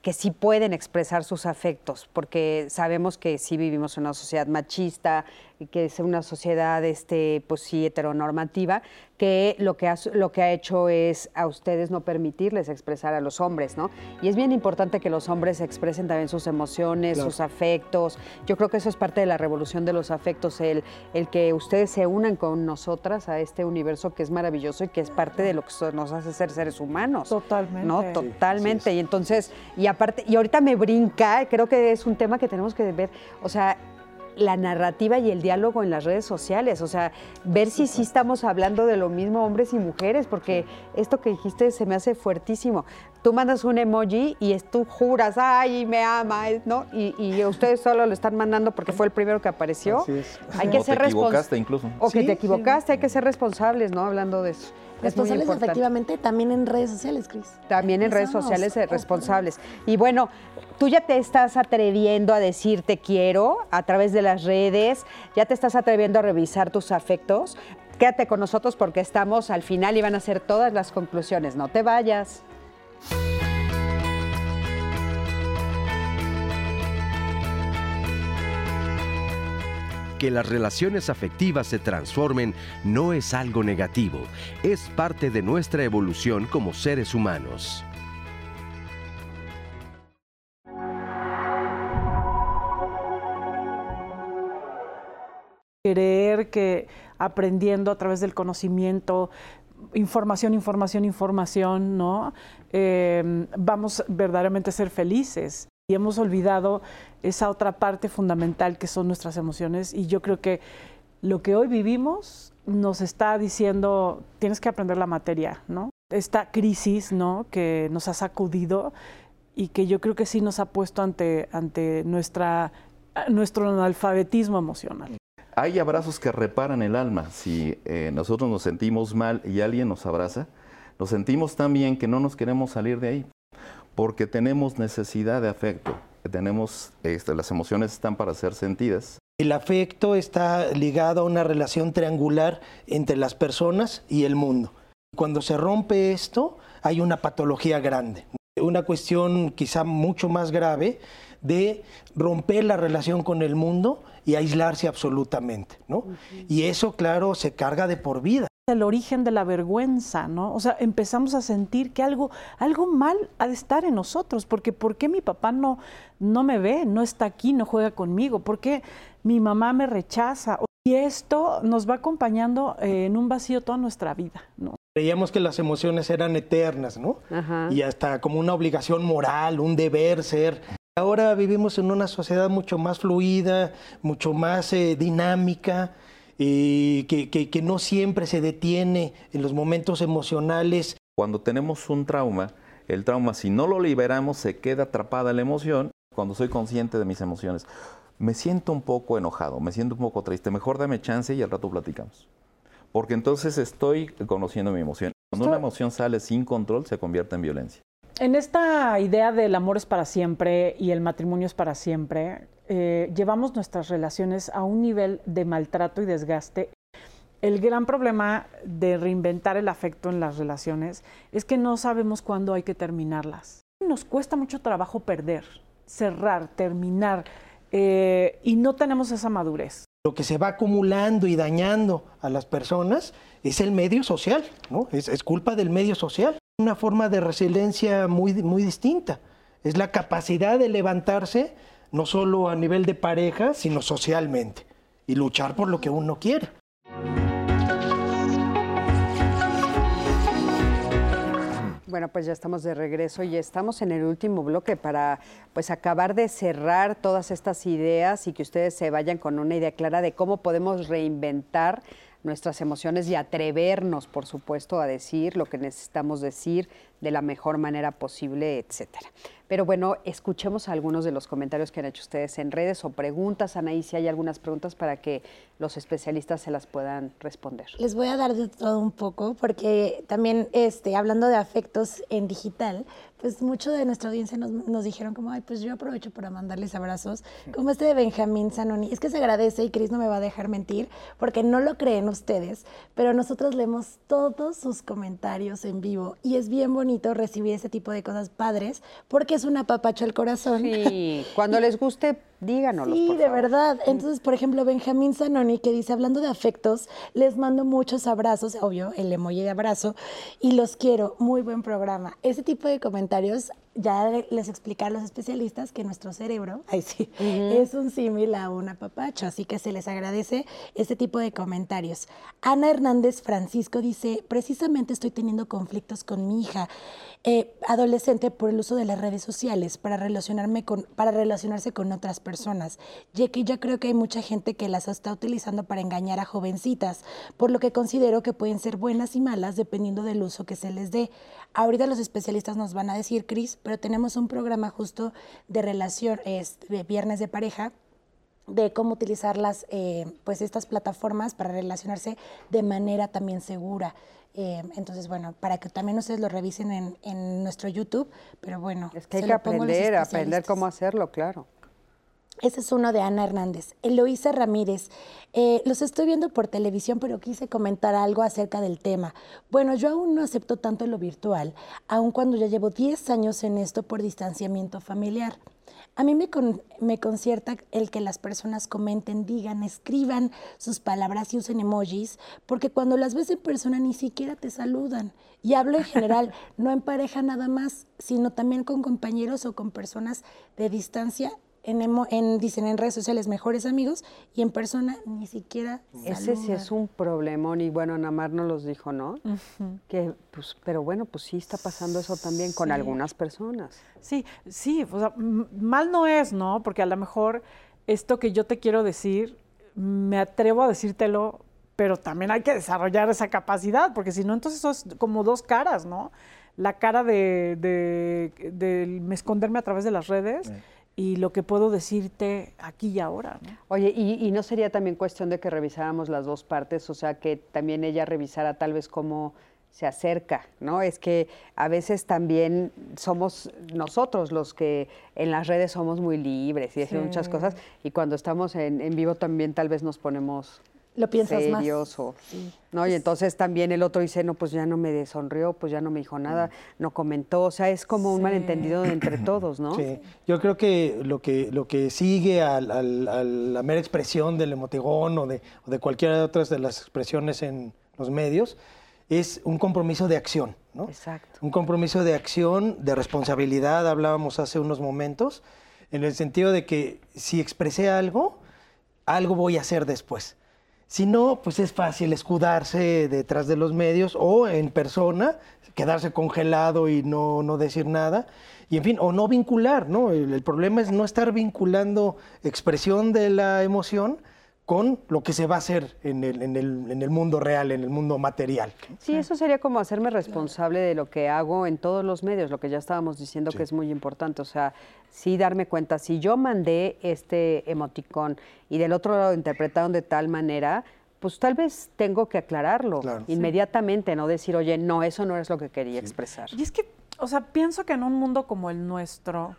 que sí pueden expresar sus afectos, porque sabemos que sí vivimos en una sociedad machista, que es una sociedad, este, pues sí, heteronormativa, que lo que, ha, lo que ha hecho es a ustedes no permitirles expresar a los hombres, ¿no? Y es bien importante que los hombres expresen también sus emociones, claro. sus afectos. Yo creo que eso es parte de la revolución de los afectos, el, el que ustedes se unan con nosotras a este universo que es maravilloso y que es parte de lo que nos hace ser seres humanos. Totalmente. ¿No? Totalmente. Sí, y entonces, y aparte, y ahorita me brinca, creo que es un tema que tenemos que ver, o sea, la narrativa y el diálogo en las redes sociales, o sea, ver si sí estamos hablando de lo mismo hombres y mujeres, porque esto que dijiste se me hace fuertísimo. Tú mandas un emoji y es, tú juras, ay, me ama, ¿no? Y, y ustedes solo lo están mandando porque fue el primero que apareció. Así es. Hay que o ser te equivocaste incluso. O que sí, te equivocaste, sí. hay que ser responsables, ¿no? Hablando de eso. Responsables efectivamente también en redes sociales, Cris. También en redes sociales responsables. Y bueno, tú ya te estás atreviendo a decir te quiero a través de las redes, ya te estás atreviendo a revisar tus afectos. Quédate con nosotros porque estamos al final y van a ser todas las conclusiones. No te vayas. Que las relaciones afectivas se transformen no es algo negativo, es parte de nuestra evolución como seres humanos. Creer que aprendiendo a través del conocimiento, información, información, información, ¿no? Eh, vamos verdaderamente a ser felices. Y hemos olvidado esa otra parte fundamental que son nuestras emociones, y yo creo que lo que hoy vivimos nos está diciendo, tienes que aprender la materia, ¿no? Esta crisis, ¿no? Que nos ha sacudido y que yo creo que sí nos ha puesto ante, ante nuestra, nuestro analfabetismo emocional. Hay abrazos que reparan el alma. Si eh, nosotros nos sentimos mal y alguien nos abraza, nos sentimos tan bien que no nos queremos salir de ahí. Porque tenemos necesidad de afecto, tenemos, este, las emociones están para ser sentidas. El afecto está ligado a una relación triangular entre las personas y el mundo. Cuando se rompe esto, hay una patología grande, una cuestión quizá mucho más grave de romper la relación con el mundo y aislarse absolutamente, ¿no? Uh-huh. Y eso, claro, se carga de por vida. El origen de la vergüenza, ¿no? O sea, empezamos a sentir que algo, algo mal ha de estar en nosotros, porque ¿por qué mi papá no, no me ve, no está aquí, no juega conmigo? ¿Por qué mi mamá me rechaza? Y esto nos va acompañando eh, en un vacío toda nuestra vida, ¿no? Creíamos que las emociones eran eternas, ¿no? Ajá. Y hasta como una obligación moral, un deber ser. Ahora vivimos en una sociedad mucho más fluida, mucho más eh, dinámica, y que, que, que no siempre se detiene en los momentos emocionales. Cuando tenemos un trauma, el trauma, si no lo liberamos, se queda atrapada la emoción. Cuando soy consciente de mis emociones, me siento un poco enojado, me siento un poco triste, mejor dame chance y al rato platicamos. Porque entonces estoy conociendo mi emoción. Cuando una emoción sale sin control, se convierte en violencia. En esta idea del amor es para siempre y el matrimonio es para siempre, eh, llevamos nuestras relaciones a un nivel de maltrato y desgaste. El gran problema de reinventar el afecto en las relaciones es que no sabemos cuándo hay que terminarlas. Nos cuesta mucho trabajo perder, cerrar, terminar, eh, y no tenemos esa madurez. Lo que se va acumulando y dañando a las personas es el medio social, ¿no? Es, es culpa del medio social. Una forma de resiliencia muy, muy distinta. Es la capacidad de levantarse no solo a nivel de pareja, sino socialmente, y luchar por lo que uno quiere. Bueno, pues ya estamos de regreso y estamos en el último bloque para pues acabar de cerrar todas estas ideas y que ustedes se vayan con una idea clara de cómo podemos reinventar nuestras emociones y atrevernos, por supuesto, a decir lo que necesitamos decir de la mejor manera posible, etcétera. Pero bueno, escuchemos algunos de los comentarios que han hecho ustedes en redes o preguntas. Anaí, si hay algunas preguntas para que los especialistas se las puedan responder. Les voy a dar de todo un poco, porque también este, hablando de afectos en digital, pues mucho de nuestra audiencia nos, nos dijeron como, ay, pues yo aprovecho para mandarles abrazos, como este de Benjamín Zanoni. Es que se agradece y Cris no me va a dejar mentir, porque no lo creen ustedes, pero nosotros leemos todos sus comentarios en vivo y es bien bonito recibir ese tipo de cosas padres, porque que es un apapacho al corazón. Sí, cuando les guste, díganoslo. Sí, por de favor. verdad. Entonces, por ejemplo, Benjamín Zanoni, que dice, hablando de afectos, les mando muchos abrazos, obvio, el emoji de abrazo, y los quiero. Muy buen programa. Ese tipo de comentarios, ya les explicaron los especialistas que nuestro cerebro, ay sí, uh-huh. es un símil a un apapacho, así que se les agradece este tipo de comentarios. Ana Hernández Francisco dice, precisamente estoy teniendo conflictos con mi hija eh, adolescente por el uso de las redes sociales para relacionarme con, para relacionarse con otras personas, ya que yo creo que hay mucha gente que las está utilizando para engañar a jovencitas, por lo que considero que pueden ser buenas y malas dependiendo del uso que se les dé. Ahorita los especialistas nos van a decir, Cris, pero tenemos un programa justo de relación, es, de viernes de pareja, de cómo utilizar las, eh, pues estas plataformas para relacionarse de manera también segura. Eh, entonces, bueno, para que también ustedes lo revisen en, en nuestro YouTube, pero bueno. Es que hay que aprender, aprender cómo hacerlo, claro. Ese es uno de Ana Hernández. Eloísa Ramírez, eh, los estoy viendo por televisión, pero quise comentar algo acerca del tema. Bueno, yo aún no acepto tanto lo virtual, aun cuando ya llevo diez años en esto por distanciamiento familiar. A mí me, con, me concierta el que las personas comenten, digan, escriban sus palabras y usen emojis, porque cuando las ves en persona ni siquiera te saludan. Y hablo en general, no en pareja nada más, sino también con compañeros o con personas de distancia. En, emo, en, dicen en redes sociales mejores amigos y en persona ni siquiera Ese saludan. sí es un problemón y bueno, Ana Mar nos los dijo, ¿no? Uh-huh. Que, pues, pero bueno, pues sí está pasando eso también con sí. algunas personas. Sí, sí, o sea, mal no es, ¿no? Porque a lo mejor esto que yo te quiero decir, me atrevo a decírtelo, pero también hay que desarrollar esa capacidad, porque si no, entonces eso es como dos caras, ¿no? La cara de, de, de, de esconderme a través de las redes, sí. y lo que puedo decirte aquí y ahora, ¿no? Oye, ¿y, ¿y no sería también cuestión de que revisáramos las dos partes? O sea, que también ella revisara tal vez cómo se acerca, ¿no? Es que a veces también somos nosotros los que en las redes somos muy libres y decimos sí. muchas cosas, y cuando estamos en, en vivo también tal vez nos ponemos lo piensas serios más. O, sí. ¿no? Y entonces también el otro dice, no, pues ya no me sonrió, pues ya no me dijo nada, no comentó, o sea, es como un sí. malentendido entre todos, ¿no? Sí, yo creo que lo que, lo que sigue al, al, a la mera expresión del emoticón o de, o de cualquiera de otras de las expresiones en los medios es un compromiso de acción, ¿no? Exacto. Un compromiso de acción, de responsabilidad, hablábamos hace unos momentos, en el sentido de que si expresé algo, algo voy a hacer después. Si no, pues es fácil escudarse detrás de los medios o en persona, quedarse congelado y no, no decir nada. Y en fin, o no vincular, ¿no? El, el problema es no estar vinculando expresión de la emoción con lo que se va a hacer en el, en el, en el mundo real, en el mundo material. Sí, eso sería como hacerme responsable de lo que hago en todos los medios, lo que ya estábamos diciendo sí. que es muy importante. O sea, sí darme cuenta, si yo mandé este emoticón y del otro lado lo interpretaron de tal manera, pues tal vez tengo que aclararlo claro. inmediatamente, sí. no decir, oye, no, eso no es lo que quería sí. expresar. Y es que, o sea, pienso que en un mundo como el nuestro,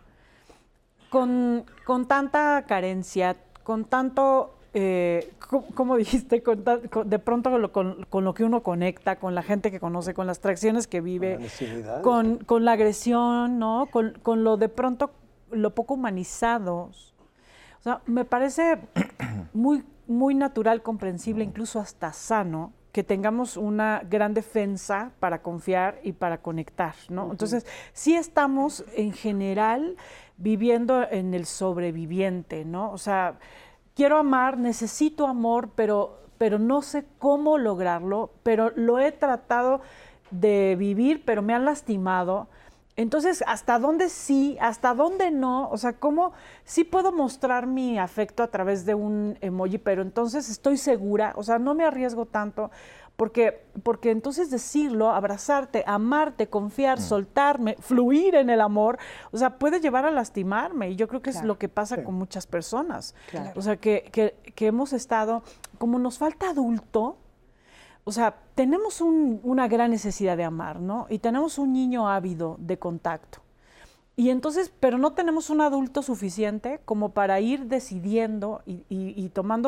con, con tanta carencia, con tanto... Eh, como dijiste, con, con, de pronto con lo, con, con lo que uno conecta, con la gente que conoce, con las traiciones que vive, con, con la agresión, ¿no? Con, con lo de pronto, lo poco humanizados. O sea, me parece muy, muy natural, comprensible, incluso hasta sano, que tengamos una gran defensa para confiar y para conectar, ¿no? Uh-huh. Entonces, sí estamos en general viviendo en el sobreviviente, ¿no? O sea, quiero amar, necesito amor, pero, pero no sé cómo lograrlo, pero lo he tratado de vivir, pero me han lastimado. Entonces, ¿hasta dónde sí? ¿Hasta dónde no? O sea, ¿cómo sí puedo mostrar mi afecto a través de un emoji, pero entonces estoy segura? O sea, no me arriesgo tanto, porque, porque entonces decirlo, abrazarte, amarte, confiar, mm. soltarme, fluir en el amor, o sea, puede llevar a lastimarme. Y yo creo que claro. es lo que pasa sí. con muchas personas. Claro. O sea, que, que, que hemos estado, como nos falta adulto, o sea, tenemos un, una gran necesidad de amar, ¿no? Y tenemos un niño ávido de contacto. Y entonces, pero no tenemos un adulto suficiente como para ir decidiendo y, y, y tomando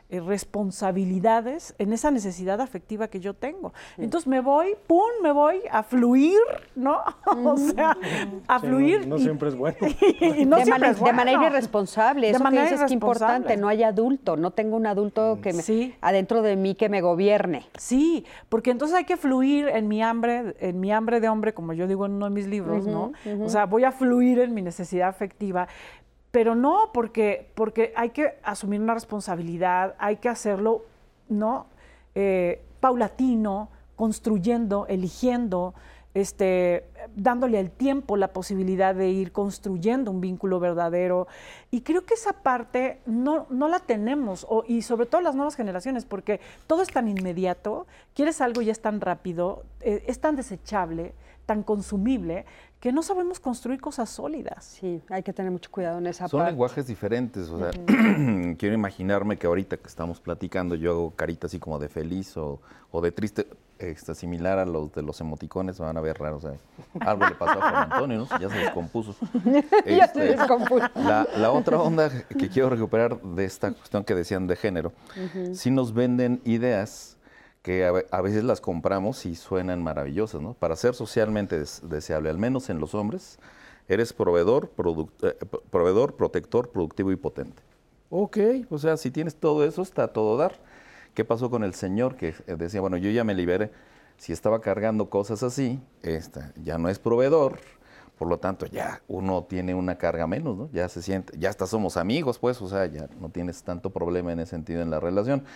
eh, responsabilidades en esa necesidad afectiva que yo tengo. Entonces me voy, pum, me voy a fluir, ¿no? O sea, a Sí, fluir. No, no y- siempre es bueno. y no de, siempre mane- es de bueno. manera irresponsable, De eso manera que dices que es irresponsable. importante, no hay adulto, no tengo un adulto que me, Sí. adentro de mí que me gobierne. Sí, porque entonces hay que fluir en mi hambre, en mi hambre de hombre, como yo digo en uno de mis libros, ¿no? O sea, voy a fluir en mi necesidad afectiva, pero no porque, porque hay que asumir una responsabilidad, hay que hacerlo, ¿no? Eh, paulatino, construyendo, eligiendo, este, dándole al tiempo la posibilidad de ir construyendo un vínculo verdadero. Y creo que esa parte no, no la tenemos, o, y sobre todo las nuevas generaciones, porque todo es tan inmediato, quieres algo y es tan rápido, eh, es tan desechable, tan consumible, que no sabemos construir cosas sólidas. Sí, hay que tener mucho cuidado en esa Son parte. lenguajes diferentes, o sea, quiero imaginarme que ahorita que estamos platicando yo hago carita así como de feliz o, o de triste, este, similar a los de los emoticones, se van a ver raros, o sea, algo le pasó a Juan Antonio, ¿no? Ya se descompuso. Ya se Este, descompuso. La, la otra onda que quiero recuperar de esta cuestión que decían de género, sí nos venden ideas que a, ve- a veces las compramos y suenan maravillosas, ¿no? Para ser socialmente des- deseable, al menos en los hombres, eres proveedor, produc- eh, p- proveedor, protector, productivo y potente. Ok, o sea, si tienes todo eso, está a todo dar. ¿Qué pasó con el señor que eh, decía, bueno, yo ya me liberé, si estaba cargando cosas así, esta, ya no es proveedor, por lo tanto ya uno tiene una carga menos, ¿no? Ya se siente, ya hasta somos amigos, pues, o sea, ya no tienes tanto problema en ese sentido en la relación.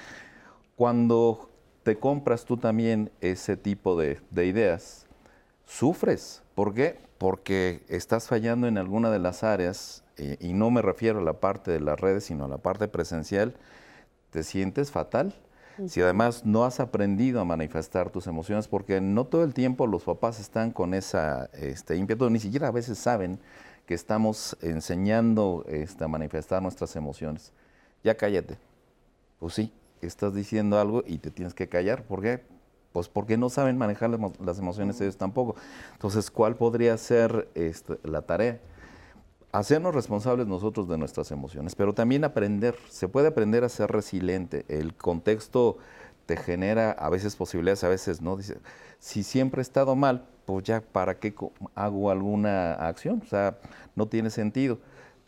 Cuando te compras tú también ese tipo de, de ideas, sufres. ¿Por qué? Porque estás fallando en alguna de las áreas, eh, y no me refiero a la parte de las redes, sino a la parte presencial, te sientes fatal. Si además no has aprendido a manifestar tus emociones, porque no todo el tiempo los papás están con esa este, ímpetu, ni siquiera a veces saben que estamos enseñando este, a manifestar nuestras emociones. Ya cállate. Pues sí, estás diciendo algo y te tienes que callar. ¿Por qué? Pues porque no saben manejar las emo- las emociones ellos tampoco. Entonces, ¿cuál podría ser este, la tarea? Hacernos responsables nosotros de nuestras emociones, pero también aprender. Se puede aprender a ser resiliente. El contexto te genera a veces posibilidades, a veces no. Dice, si siempre he estado mal, pues ya, ¿para qué co- hago alguna acción? O sea, no tiene sentido.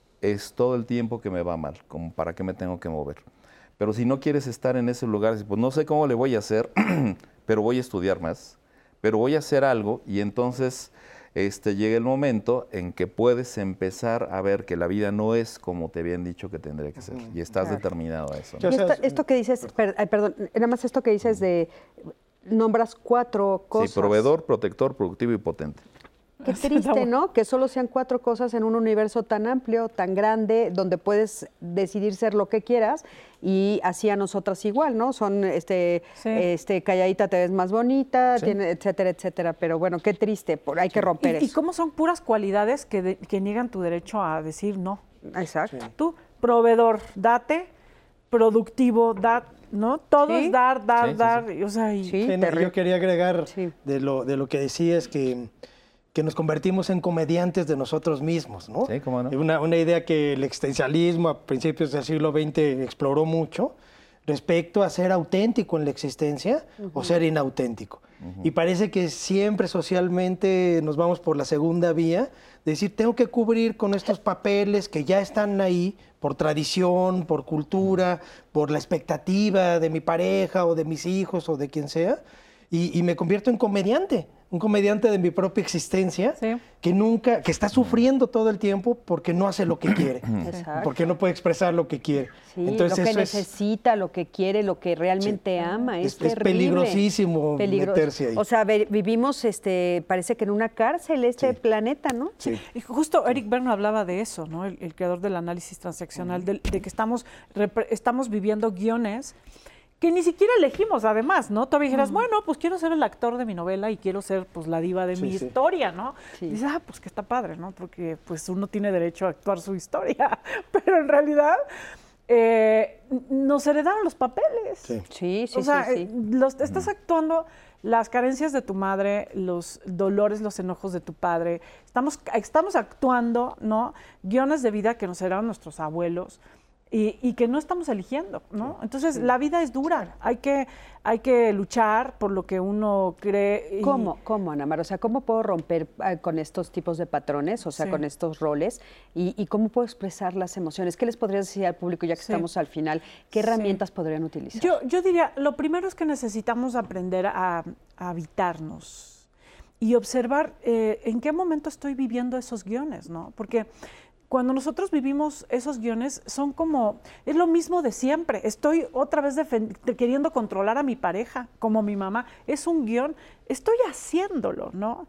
Es todo el tiempo que me va mal, como para qué me tengo que mover. Pero si no quieres estar en ese lugar, pues no sé cómo le voy a hacer, pero voy a estudiar más, pero voy a hacer algo y entonces este, llega el momento en que puedes empezar a ver que la vida no es como te habían dicho que tendría que ser y estás Claro. determinado a eso, ¿no? Yo- Y O sea, esto, esto que dices, per- ay, perdón, nada más esto que dices de nombras cuatro cosas. Sí, proveedor, protector, productivo y potente. Qué triste, ¿no? Que solo sean cuatro cosas en un universo tan amplio, tan grande, donde puedes decidir ser lo que quieras y así a nosotras igual, ¿no? Son, este, Sí. este, calladita te ves más bonita, Sí. tiene, etcétera, etcétera. Pero bueno, qué triste, por, hay que romper Y, y eso. cómo son puras cualidades que, de- que niegan tu derecho a decir no. Exacto. Tú, proveedor, date, productivo, da, ¿no? Todo Sí. es dar, dar, Sí, sí, dar. y, O sea, y- Sí, Sí, no, terrible. yo quería agregar Sí. de, lo, de lo que decías que, que nos convertimos en comediantes de nosotros mismos, ¿no? Sí, cómo no. Una, una idea que el existencialismo a principios del siglo veinte exploró mucho respecto a ser auténtico en la existencia o ser inauténtico. Y parece que siempre socialmente nos vamos por la segunda vía, de decir, tengo que cubrir con estos papeles que ya están ahí por tradición, por cultura, por la expectativa de mi pareja o de mis hijos o de quien sea, y, y me convierto en comediante, un comediante de mi propia existencia, Sí. que nunca, que está sufriendo todo el tiempo porque no hace lo que quiere, Exacto. porque no puede expresar lo que quiere. Sí, Entonces lo que eso es- necesita, lo que quiere, lo que realmente ama, es, Es- es terrible. peligrosísimo meterse ahí. O sea, ve- vivimos, este, parece que en una cárcel este planeta, ¿no? Sí. Y justo Eric Berne hablaba de eso, ¿no? El, el creador del análisis transaccional, del- de, que estamos, repre- estamos viviendo guiones que ni siquiera elegimos, además, ¿no? Todavía dijeras, bueno, pues quiero ser el actor de mi novela y quiero ser, pues, la diva de Sí, mi sí. historia, ¿no? Sí. Dices, ah, pues que está padre, ¿no? Porque, pues, uno tiene derecho a actuar su historia, pero en realidad eh, nos heredaron los papeles. Sí. Sí, sí, O sea, sí, sí. eh, los, estás actuando las carencias de tu madre, los dolores, los enojos de tu padre. Estamos, estamos actuando, ¿no? Guiones de vida que nos heredaron nuestros abuelos. y, y que no estamos eligiendo, ¿no? Entonces, la vida es dura, hay que, hay que luchar por lo que uno cree. Y... ¿Cómo, cómo, Ana Mar? O sea, ¿cómo puedo romper uh, con estos tipos de patrones, o sea, Sí. con estos roles? Y, y cómo puedo expresar las emociones? ¿Qué les podrías decir al público, ya que Sí. estamos al final? ¿Qué herramientas Sí. podrían utilizar? Yo, yo diría, lo primero es que necesitamos aprender a, a habitarnos y observar eh, en qué momento estoy viviendo esos guiones, ¿no? Porque cuando nosotros vivimos esos guiones, son como, es lo mismo de siempre. Estoy otra vez defen- de queriendo controlar a mi pareja, como mi mamá. Es un guión, estoy haciéndolo, ¿no?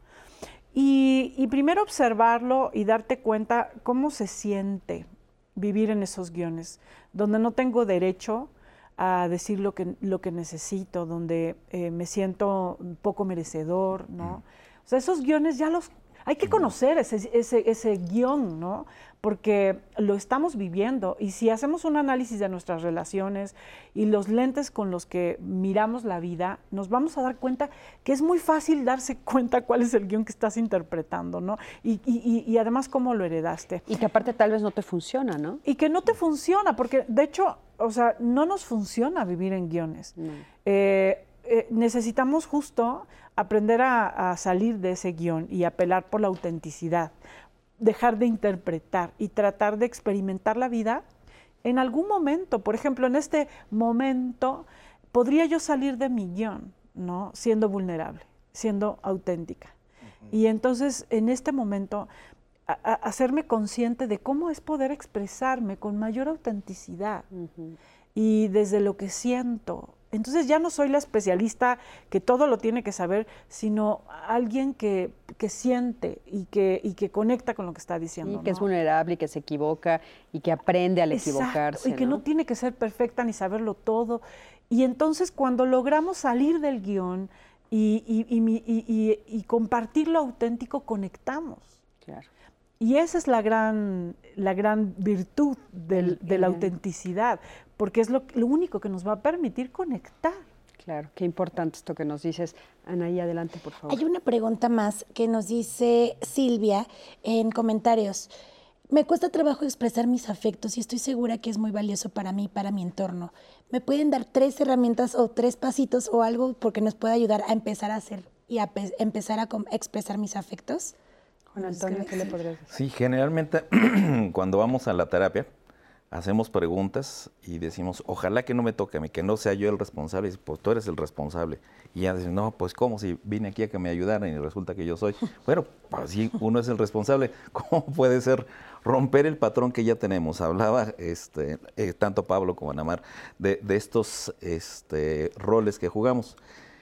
Y, y primero observarlo y darte cuenta cómo se siente vivir en esos guiones, donde no tengo derecho a decir lo que, lo que necesito, donde eh, me siento un poco merecedor, ¿no? O sea, esos guiones ya los... Hay que conocer ese, ese, ese guión, ¿no? Porque lo estamos viviendo y si hacemos un análisis de nuestras relaciones y los lentes con los que miramos la vida, nos vamos a dar cuenta que es muy fácil darse cuenta cuál es el guión que estás interpretando, ¿no? Y, y, y además cómo lo heredaste. Y que aparte tal vez no te funciona, ¿no? Y que no te funciona, porque de hecho, o sea, no nos funciona vivir en guiones. No. Eh, eh, necesitamos justo aprender a, a salir de ese guión y apelar por la autenticidad, dejar de interpretar y tratar de experimentar la vida en algún momento. Por ejemplo, en este momento podría yo salir de mi guión, ¿no? Siendo vulnerable, siendo auténtica. Uh-huh. Y entonces, en este momento, a, a hacerme consciente de cómo es poder expresarme con mayor autenticidad uh-huh. y desde lo que siento. Entonces ya no soy la especialista que todo lo tiene que saber, sino alguien que, que siente y que, y que conecta con lo que está diciendo. Y que ¿no? es vulnerable y que se equivoca y que aprende al Exacto, equivocarse. Y que ¿no? no tiene que ser perfecta ni saberlo todo. Y entonces cuando logramos salir del guión y, y, y, y, y, y compartir lo auténtico, conectamos. Claro. Y esa es la gran, la gran virtud del, de la autenticidad, porque es lo, lo único que nos va a permitir conectar. Claro, qué importante esto que nos dices. Anaí, adelante, por favor. Hay una pregunta más que nos dice Silvia en comentarios. Me cuesta trabajo expresar mis afectos y estoy segura que es muy valioso para mí y para mi entorno. ¿Me pueden dar tres herramientas o tres pasitos o algo porque nos puede ayudar a empezar a hacer y a empezar a expresar mis afectos? Juan Antonio, ¿qué le podrías decir? Sí, generalmente cuando vamos a la terapia hacemos preguntas y decimos, ojalá que no me toque a mí, que no sea yo el responsable. Y dice, pues tú eres el responsable. Y ya dicen, no, pues ¿cómo? Si vine aquí a que me ayudaran y resulta que yo soy. Bueno, pues sí, uno es el responsable. ¿Cómo puede ser romper el patrón que ya tenemos? Hablaba este, eh, tanto Pablo como Ana Mar de, de estos este, roles que jugamos.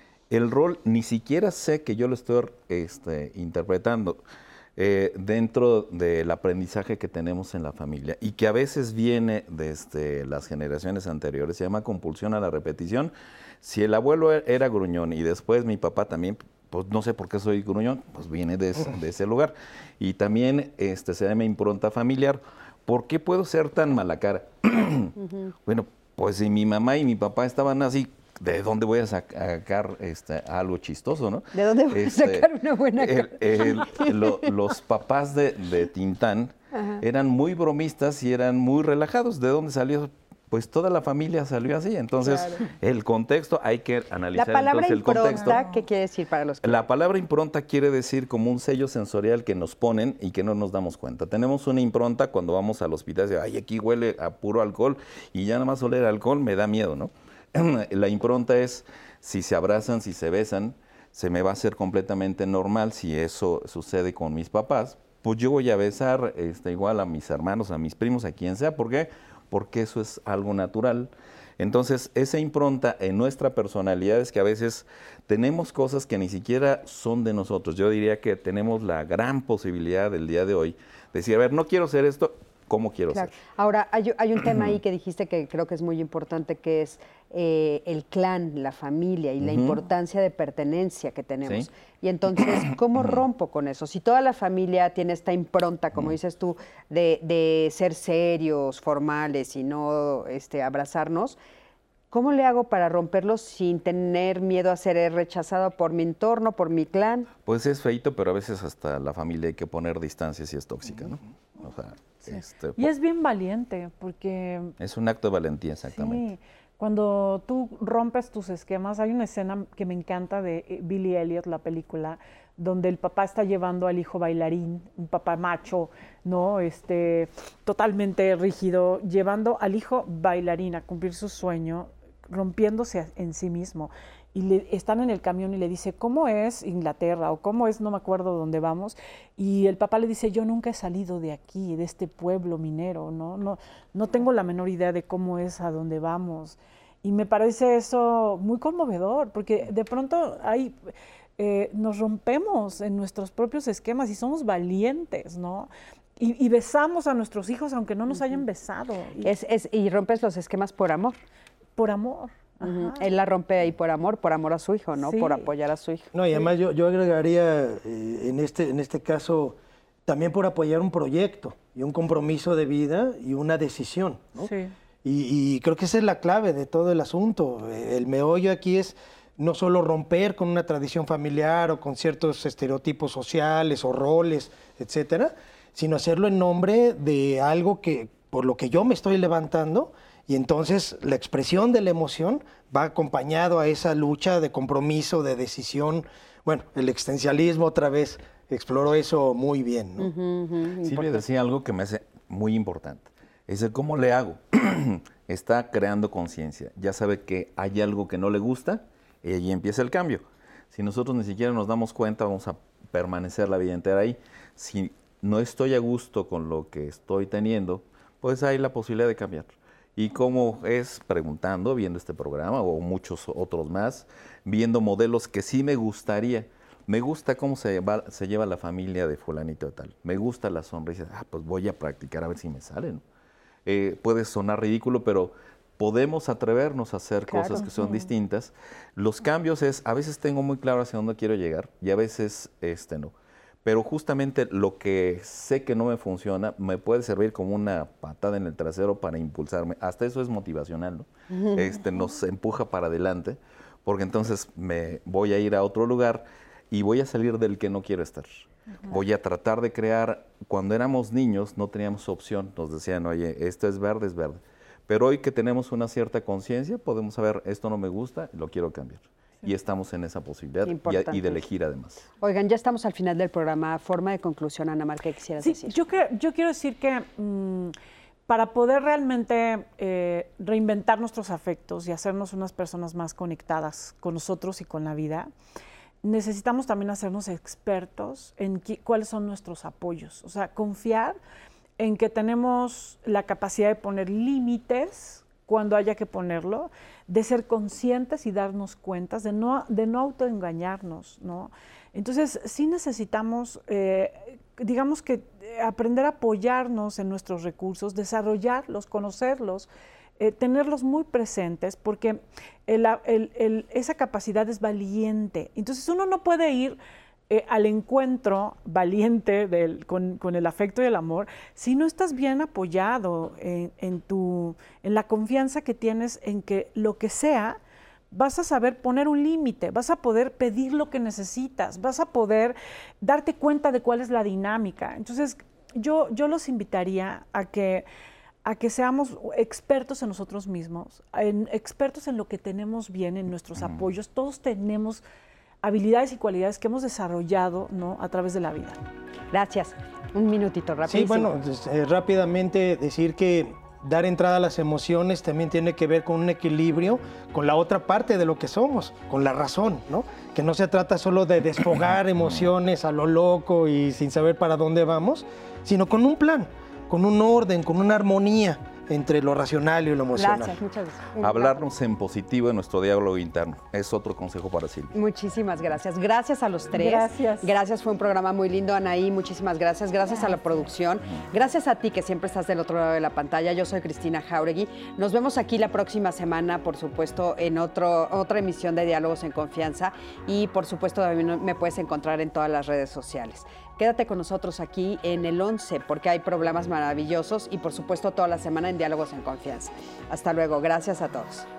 El rol ni siquiera sé que yo lo estoy este, interpretando. Eh, dentro del aprendizaje que tenemos en la familia y que a veces viene desde las generaciones anteriores, se llama compulsión a la repetición. Si el abuelo era gruñón y después mi papá también, pues no sé por qué soy gruñón, pues viene de, de ese lugar. Y también este, se llama impronta familiar. ¿Por qué puedo ser tan mala cara? Uh-huh. Bueno, pues si mi mamá y mi papá estaban así, ¿de dónde voy a sacar este, algo chistoso, no? ¿De dónde voy este, a sacar una buena el, el, lo, Los papás de, de Tintán Ajá. eran muy bromistas y eran muy relajados. ¿De dónde salió? Pues toda la familia salió así. Entonces, claro. el contexto, hay que analizar la palabra entonces, el contexto. Impronta, ¿qué quiere decir para los que... La palabra impronta quiere decir como un sello sensorial que nos ponen y que no nos damos cuenta. Tenemos una impronta cuando vamos al hospital y decimos, ay, aquí huele a puro alcohol y ya nada más oler alcohol me da miedo, ¿no? La impronta es, si se abrazan, si se besan, se me va a hacer completamente normal. Si eso sucede con mis papás, pues yo voy a besar este, igual a mis hermanos, a mis primos, a quien sea. ¿Por qué? Porque eso es algo natural. Entonces, esa impronta en nuestra personalidad es que a veces tenemos cosas que ni siquiera son de nosotros. Yo diría que tenemos la gran posibilidad del día de hoy de decir, a ver, no quiero ser esto, ¿cómo quiero claro. ser? Ahora, hay, hay un tema ahí que dijiste que creo que es muy importante, que es eh, el clan, la familia y uh-huh. la importancia de pertenencia que tenemos. ¿Sí? Y entonces, ¿cómo rompo con eso? Si toda la familia tiene esta impronta, como uh-huh. dices tú, de, de ser serios, formales y no este, abrazarnos, ¿cómo le hago para romperlo sin tener miedo a ser rechazado por mi entorno, por mi clan? Pues es feito, pero a veces hasta la familia hay que poner distancia si es tóxica, ¿no? O sea, Sí. este, Y es bien valiente, porque... es un acto de valentía, exactamente. Sí, cuando tú rompes tus esquemas, hay una escena que me encanta de Billy Elliot, la película, donde el papá está llevando al hijo bailarín, un papá macho, ¿no? Este, totalmente rígido, llevando al hijo bailarín a cumplir su sueño, rompiéndose en sí mismo. Y le, están en el camión y le dice, ¿cómo es Inglaterra? O ¿cómo es, no me acuerdo dónde vamos? Y el papá le dice, yo nunca he salido de aquí, de este pueblo minero, ¿no? No, no tengo la menor idea de cómo es a dónde vamos. Y me parece eso muy conmovedor, porque de pronto hay, eh, nos rompemos en nuestros propios esquemas y somos valientes, ¿no? Y, y besamos a nuestros hijos aunque no nos hayan besado. Y, Es, es, y rompes los esquemas por amor. por amor. Ujú. Ajá. Él la rompe ahí por amor, por amor a su hijo, ¿no? Sí. Por apoyar a su hijo. No, y además yo, yo agregaría eh, en, este, en este caso también por apoyar un proyecto y un compromiso de vida y una decisión, ¿no? Sí. Y, y creo que esa es la clave de todo el asunto. El meollo aquí es no solo romper con una tradición familiar o con ciertos estereotipos sociales o roles, etcétera, sino hacerlo en nombre de algo que, por lo que yo me estoy levantando, y entonces la expresión de la emoción va acompañado a esa lucha de compromiso, de decisión. Bueno, el existencialismo otra vez exploró eso muy bien, ¿no? Ujú, ujú, Silvia importante. decía algo que me hace muy importante. Es el cómo le hago. Está creando conciencia. Ya sabe que hay algo que no le gusta y ahí empieza el cambio. Si nosotros ni siquiera nos damos cuenta, vamos a permanecer la vida entera ahí. Si no estoy a gusto con lo que estoy teniendo, pues hay la posibilidad de cambiar. Y cómo es preguntando, viendo este programa o muchos otros más, viendo modelos que sí me gustaría. Me gusta cómo se lleva, se lleva la familia de fulanito de tal. Me gusta la sonrisa. Ah, pues voy a practicar a ver si me sale, ¿no? Eh, puede sonar ridículo, pero podemos atrevernos a hacer Claro. cosas que son Ujú. distintas. Los cambios es, a veces tengo muy claro hacia dónde quiero llegar y a veces este no. Pero justamente lo que sé que no me funciona me puede servir como una patada en el trasero para impulsarme. Hasta eso es motivacional, ¿no? Este, nos empuja para adelante, porque entonces me voy a ir a otro lugar y voy a salir del que no quiero estar. Voy a tratar de crear, cuando éramos niños no teníamos opción, nos decían, oye, esto es verde, es verde. Pero hoy que tenemos una cierta conciencia, podemos saber, esto no me gusta, lo quiero cambiar. Y estamos en esa posibilidad y, Importante. y de elegir además. Oigan, ya estamos al final del programa. Forma de conclusión, Ana Mar, ¿qué quisieras Sí, decir? yo, cre- yo quiero decir que mm, para poder realmente eh, reinventar nuestros afectos y hacernos unas personas más conectadas con nosotros y con la vida, necesitamos también hacernos expertos en qué- cuáles son nuestros apoyos. O sea, confiar en que tenemos la capacidad de poner límites cuando haya que ponerlo, de ser conscientes y darnos cuentas, de no, de no autoengañarnos, ¿no? Entonces, sí necesitamos, eh, digamos que eh, aprender a apoyarnos en nuestros recursos, desarrollarlos, conocerlos, eh, tenerlos muy presentes, porque el- el- el- esa capacidad es valiente. Entonces, uno no puede ir eh, al encuentro valiente del, con, con el afecto y el amor si no estás bien apoyado en, en, tu, en la confianza que tienes en que lo que sea, vas a saber poner un límite, vas a poder pedir lo que necesitas, vas a poder darte cuenta de cuál es la dinámica. Entonces, yo, yo los invitaría a que, a que seamos expertos en nosotros mismos, en, expertos en lo que tenemos bien, en nuestros apoyos. Todos tenemos habilidades y cualidades que hemos desarrollado, ¿no?, a través de la vida. Gracias. Un minutito, rapidísimo. Sí, bueno, pues, eh, rápidamente decir que dar entrada a las emociones también tiene que ver con un equilibrio con la otra parte de lo que somos, con la razón, ¿no? Que no se trata solo de desfogar emociones a lo loco y sin saber para dónde vamos, sino con un plan, con un orden, con una armonía entre lo racional y lo emocional. Gracias, muchas gracias. Hablarnos en positivo en nuestro diálogo interno. Es otro consejo para Silvia. Muchísimas gracias. Gracias a los tres. Gracias. Gracias, fue un programa muy lindo, Anaí. Muchísimas gracias. Gracias a la producción. Gracias a ti que siempre estás del otro lado de la pantalla. Yo soy Cristina Jáuregui. Nos vemos aquí la próxima semana, por supuesto, en otro, otra emisión de Diálogos en Confianza. Y, por supuesto, también me puedes encontrar en todas las redes sociales. Quédate con nosotros aquí en el once, porque hay programas maravillosos y, por supuesto, toda la semana en Diálogos en Confianza. Hasta luego. Gracias a todos.